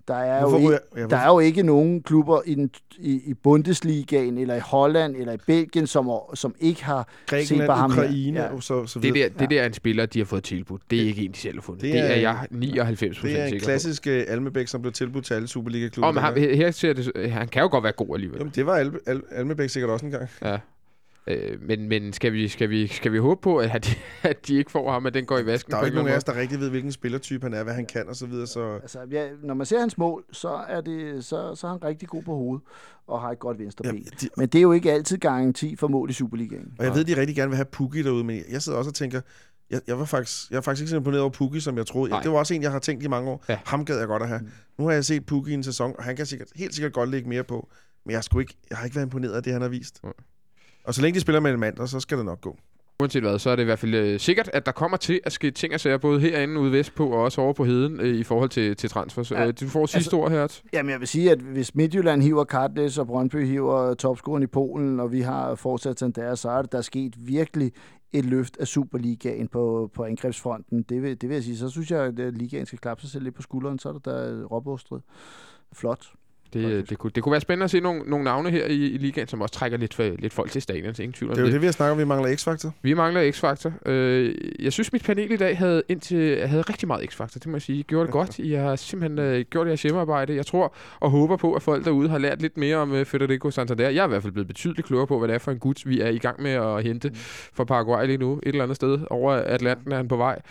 Der er, Hvorfor jo ryger- ikke, ja, der er jo ikke nogen klubber i, den, i, i Bundesligaen, eller i Holland, eller i Belgien, som, som ikke har set Grækenland, bare ham her. Ukraine Ja. og så, så Det videre. der, det der er en spiller, de har fået tilbudt. Det er ikke en, de selv har fundet. Det, Det er- det er jeg nioghalvfems procent Det er en sikker klassisk uh, Almebæk, som blev tilbudt til alle Superliga-klubber. på. Og han, her, her ser det, han kan jo godt være god alligevel. Jamen, det var Alme, Al, Almebæk sikkert også en gang. Ja. Øh, men men skal, vi, skal, vi, skal vi håbe på, at de, at de ikke får ham, at den går i vasken? Der er på jo en ikke nogen af eller os, der rigtig ved, hvilken spillertype han er, hvad han kan og så videre. Så Altså, ja, når man ser hans mål, så er, det, så, så er han rigtig god på hovedet, og har et godt venstre ben. ja, de, Men det er jo ikke altid garanti for mål i Superligaen. og jeg ved, de rigtig gerne vil have Pukki derude, men jeg sidder også og tænker, jeg, jeg, var faktisk, jeg var faktisk ikke så imponeret over Pukki, som jeg troede. Nej. Det var også en, jeg har tænkt i mange år. Ja. Ham gad jeg godt at have. Nu har jeg set Pukki i en sæson, og han kan sikkert, helt sikkert godt lægge mere på. Men jeg, sgu ikke, jeg har ikke været imponeret af det, han har vist. Nej. Og så længe de spiller med elementer, så skal det nok gå. Uanset hvad, så er det i hvert fald øh, sikkert, at der kommer til at ske ting og sager, både herinde ude vestpå og også over på heden, øh, i forhold til, til transfers. Ja. Øh, du får sidste altså, ord her. Jamen, jeg vil sige, at hvis Midtjylland hiver Kartles, og Brøndby hiver topscoren i Polen, og vi har fortsat Sandager, så er det, der er sket virkelig et løft af Superligaen på, på angrebsfronten. Det vil, det vil jeg sige. Så synes jeg, at ligaen skal klappe sig selv lidt på skulderen, så er der der Råbåstrid. Flot. Det, det, kunne, det kunne være spændende at se nogle, nogle navne her i, i ligaen, som også trækker lidt, for, lidt folk til stadion, så ingen tvivl om Det er jo det. det, vi har snakket om, vi mangler X-faktor. Vi mangler X-faktor. Øh, jeg synes, mit panel i dag havde, indtil, havde rigtig meget X-faktor, det må jeg sige. I gjorde det godt. I har simpelthen øh, gjort jeres hjemmearbejde. Jeg tror og håber på, at folk derude har lært lidt mere om øh, Federico Santander. Jeg er i hvert fald blevet betydeligt klogere på, hvad det er for en gut, vi er i gang med at hente fra Paraguay lige nu. Et eller andet sted over Atlanten er han på vej.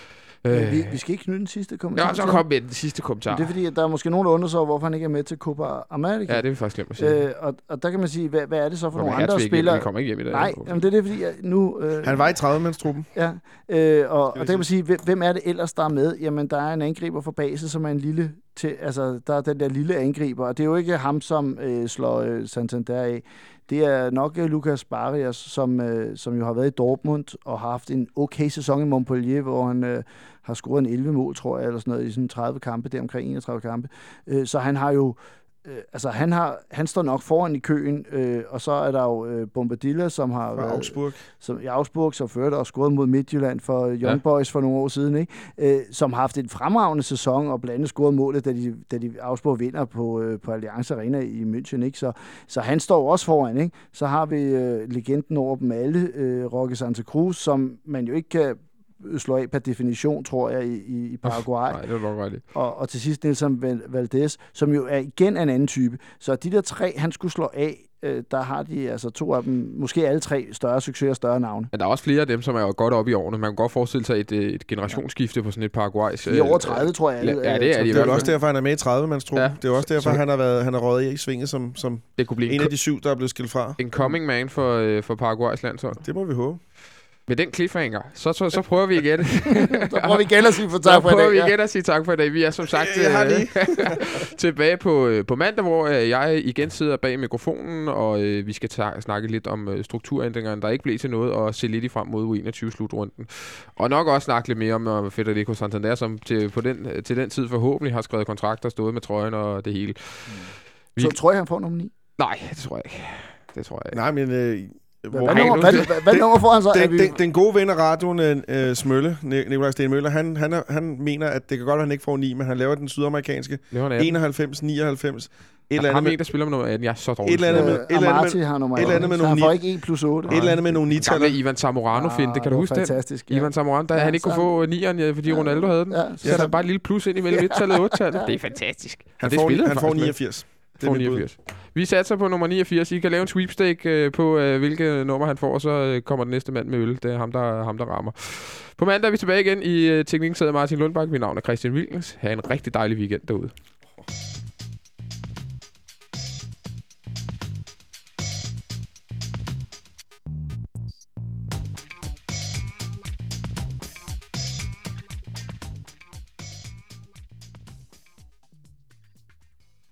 Øh, vi, vi skal ikke knytte den sidste kommentar. Ja, så kom med den sidste kommentar. Det er fordi, at der er måske nogen, der undrer sig over, hvorfor han ikke er med til Copa America. Ja, det er vi faktisk glemt at sige. Øh, og, og der kan man sige, hvad, hvad er det så for Nå, nogle men andre Hertzvig, spillere? Han kommer ikke hjem i dag. Nej, jamen det er det, fordi jeg nu... Øh, Han var i tredive-mandstruppen. Ja, øh, og, og der kan man sige, hvem, hvem er det ellers, der er med? Jamen, der er en angriber for base, som er en lille... Til, altså, der er den der lille angriber, og det er jo ikke ham, som øh, slår øh, Santander af. Det er nok øh, Lucas Barrios, som, øh, som jo har været i Dortmund og har haft en okay sæson i Montpellier, hvor han øh, har scoret en elleve mål, tror jeg, eller sådan noget, i sådan tredive kampe, der omkring enogtredive kampe. Øh, så han har jo... Øh, altså, han, har, han står nok foran i køen, øh, og så er der jo øh, Bombadilla, som har Fra været... Augsburg. Som, i Augsburg, som førte og scoret mod Midtjylland for Young ja. Boys for nogle år siden, ikke? Øh, som har haft en fremragende sæson, og blandt andet scoret målet, da de, da de Augsburg vinder på, øh, på Allianz Arena i München, ikke? Så, så han står også foran, ikke? Så har vi øh, legenden over dem alle, øh, Roque Santa Cruz, som man jo ikke kan slå af per definition, tror jeg, i, i Paraguay. Nej, det er nok rigtigt. Og, og til sidst Nelson Valdez, som jo er igen en anden type. Så de der tre, han skulle slå af, øh, der har de altså to af dem, måske alle tre større succeser og større navne. Men der er også flere af dem, som er jo godt oppe i årene. Man kan godt forestille sig et, et generationsskifte på sådan et Paraguays. De er over tredive, tror jeg. Alle, ja, det er de i Det er hvert jo fald. også derfor, han er med i tredive-mandstruppen. Ja. Ja. Det er jo også derfor, Så- han har været han har røget i svinget som, som Det kunne blive en en, af de syv, der er blevet skilt fra. en coming man for, øh, for Paraguays landshold. Det må vi håbe. Med den cliffhanger, så, så, så prøver vi igen. Så prøver vi igen at sige for Så tak for i prøver dag. vi Ja. igen at sige tak for i dag. Vi er som sagt Jeg har øh, lige. tilbage på, øh, på mandag, hvor øh, jeg igen sidder bag mikrofonen, og øh, vi skal ta- snakke lidt om øh, strukturændringerne, der ikke blev til noget, og se lidt i frem mod U enogtyve-slutrunden. Og nok også snakke lidt mere om øh, Federico Santander, som til, på den, til den tid forhåbentlig har skrevet kontrakter, stået med trøjen og det hele. Vi... Så tror jeg, han får nummer ni. Nej, det tror jeg ikke. Det tror jeg ikke. Nej, men... Øh, Hvad, hvor, hvad, Ej, nummer, nu- hvad, hvad, hvad nummer får han så? Er den, vi- den, den gode ven af radioen, øh, Smølle, Ni- Nikolaj Sten Møller, han, han, er, han mener, at det kan godt være, at han ikke får ni, men han laver den sydamerikanske. Det var en atten. enoghalvfems, nioghalvfems. Et eller Ham andet med, en, der spiller med nummer atten. Jeg er så dårlig. Et eller andet med- Øh, et eller andet Amati med- har nummer et eller andet atten, med så nogle han ni- får ikke en plus otte. et eller andet med nogle Gamle nitaller. Ivan Zamorano Ah, finte. Kan det du var huske den? fantastisk, ja. Ivan Zamorano, da Ja, han ikke kunne så- få nieren, ja, fordi Ronaldo havde den. Ja, Så satte han bare et lille plus ind imellem et-tallet og otte-tallet. Det er fantastisk. Han Og det får, spillede han får faktisk med. niogfirs. Det er Får mit bud. niogfirs. Vi satser på nummer niogfirs. I kan lave en sweepstake øh, på, øh, hvilke nummer han får, og så øh, kommer den næste mand med øl. Det er ham, der, ham, der rammer. På mandag er vi tilbage igen i øh, teknikken sidder Martin Lundbak. Mit navn er Christian Wilkens. Ha' en rigtig dejlig weekend derude.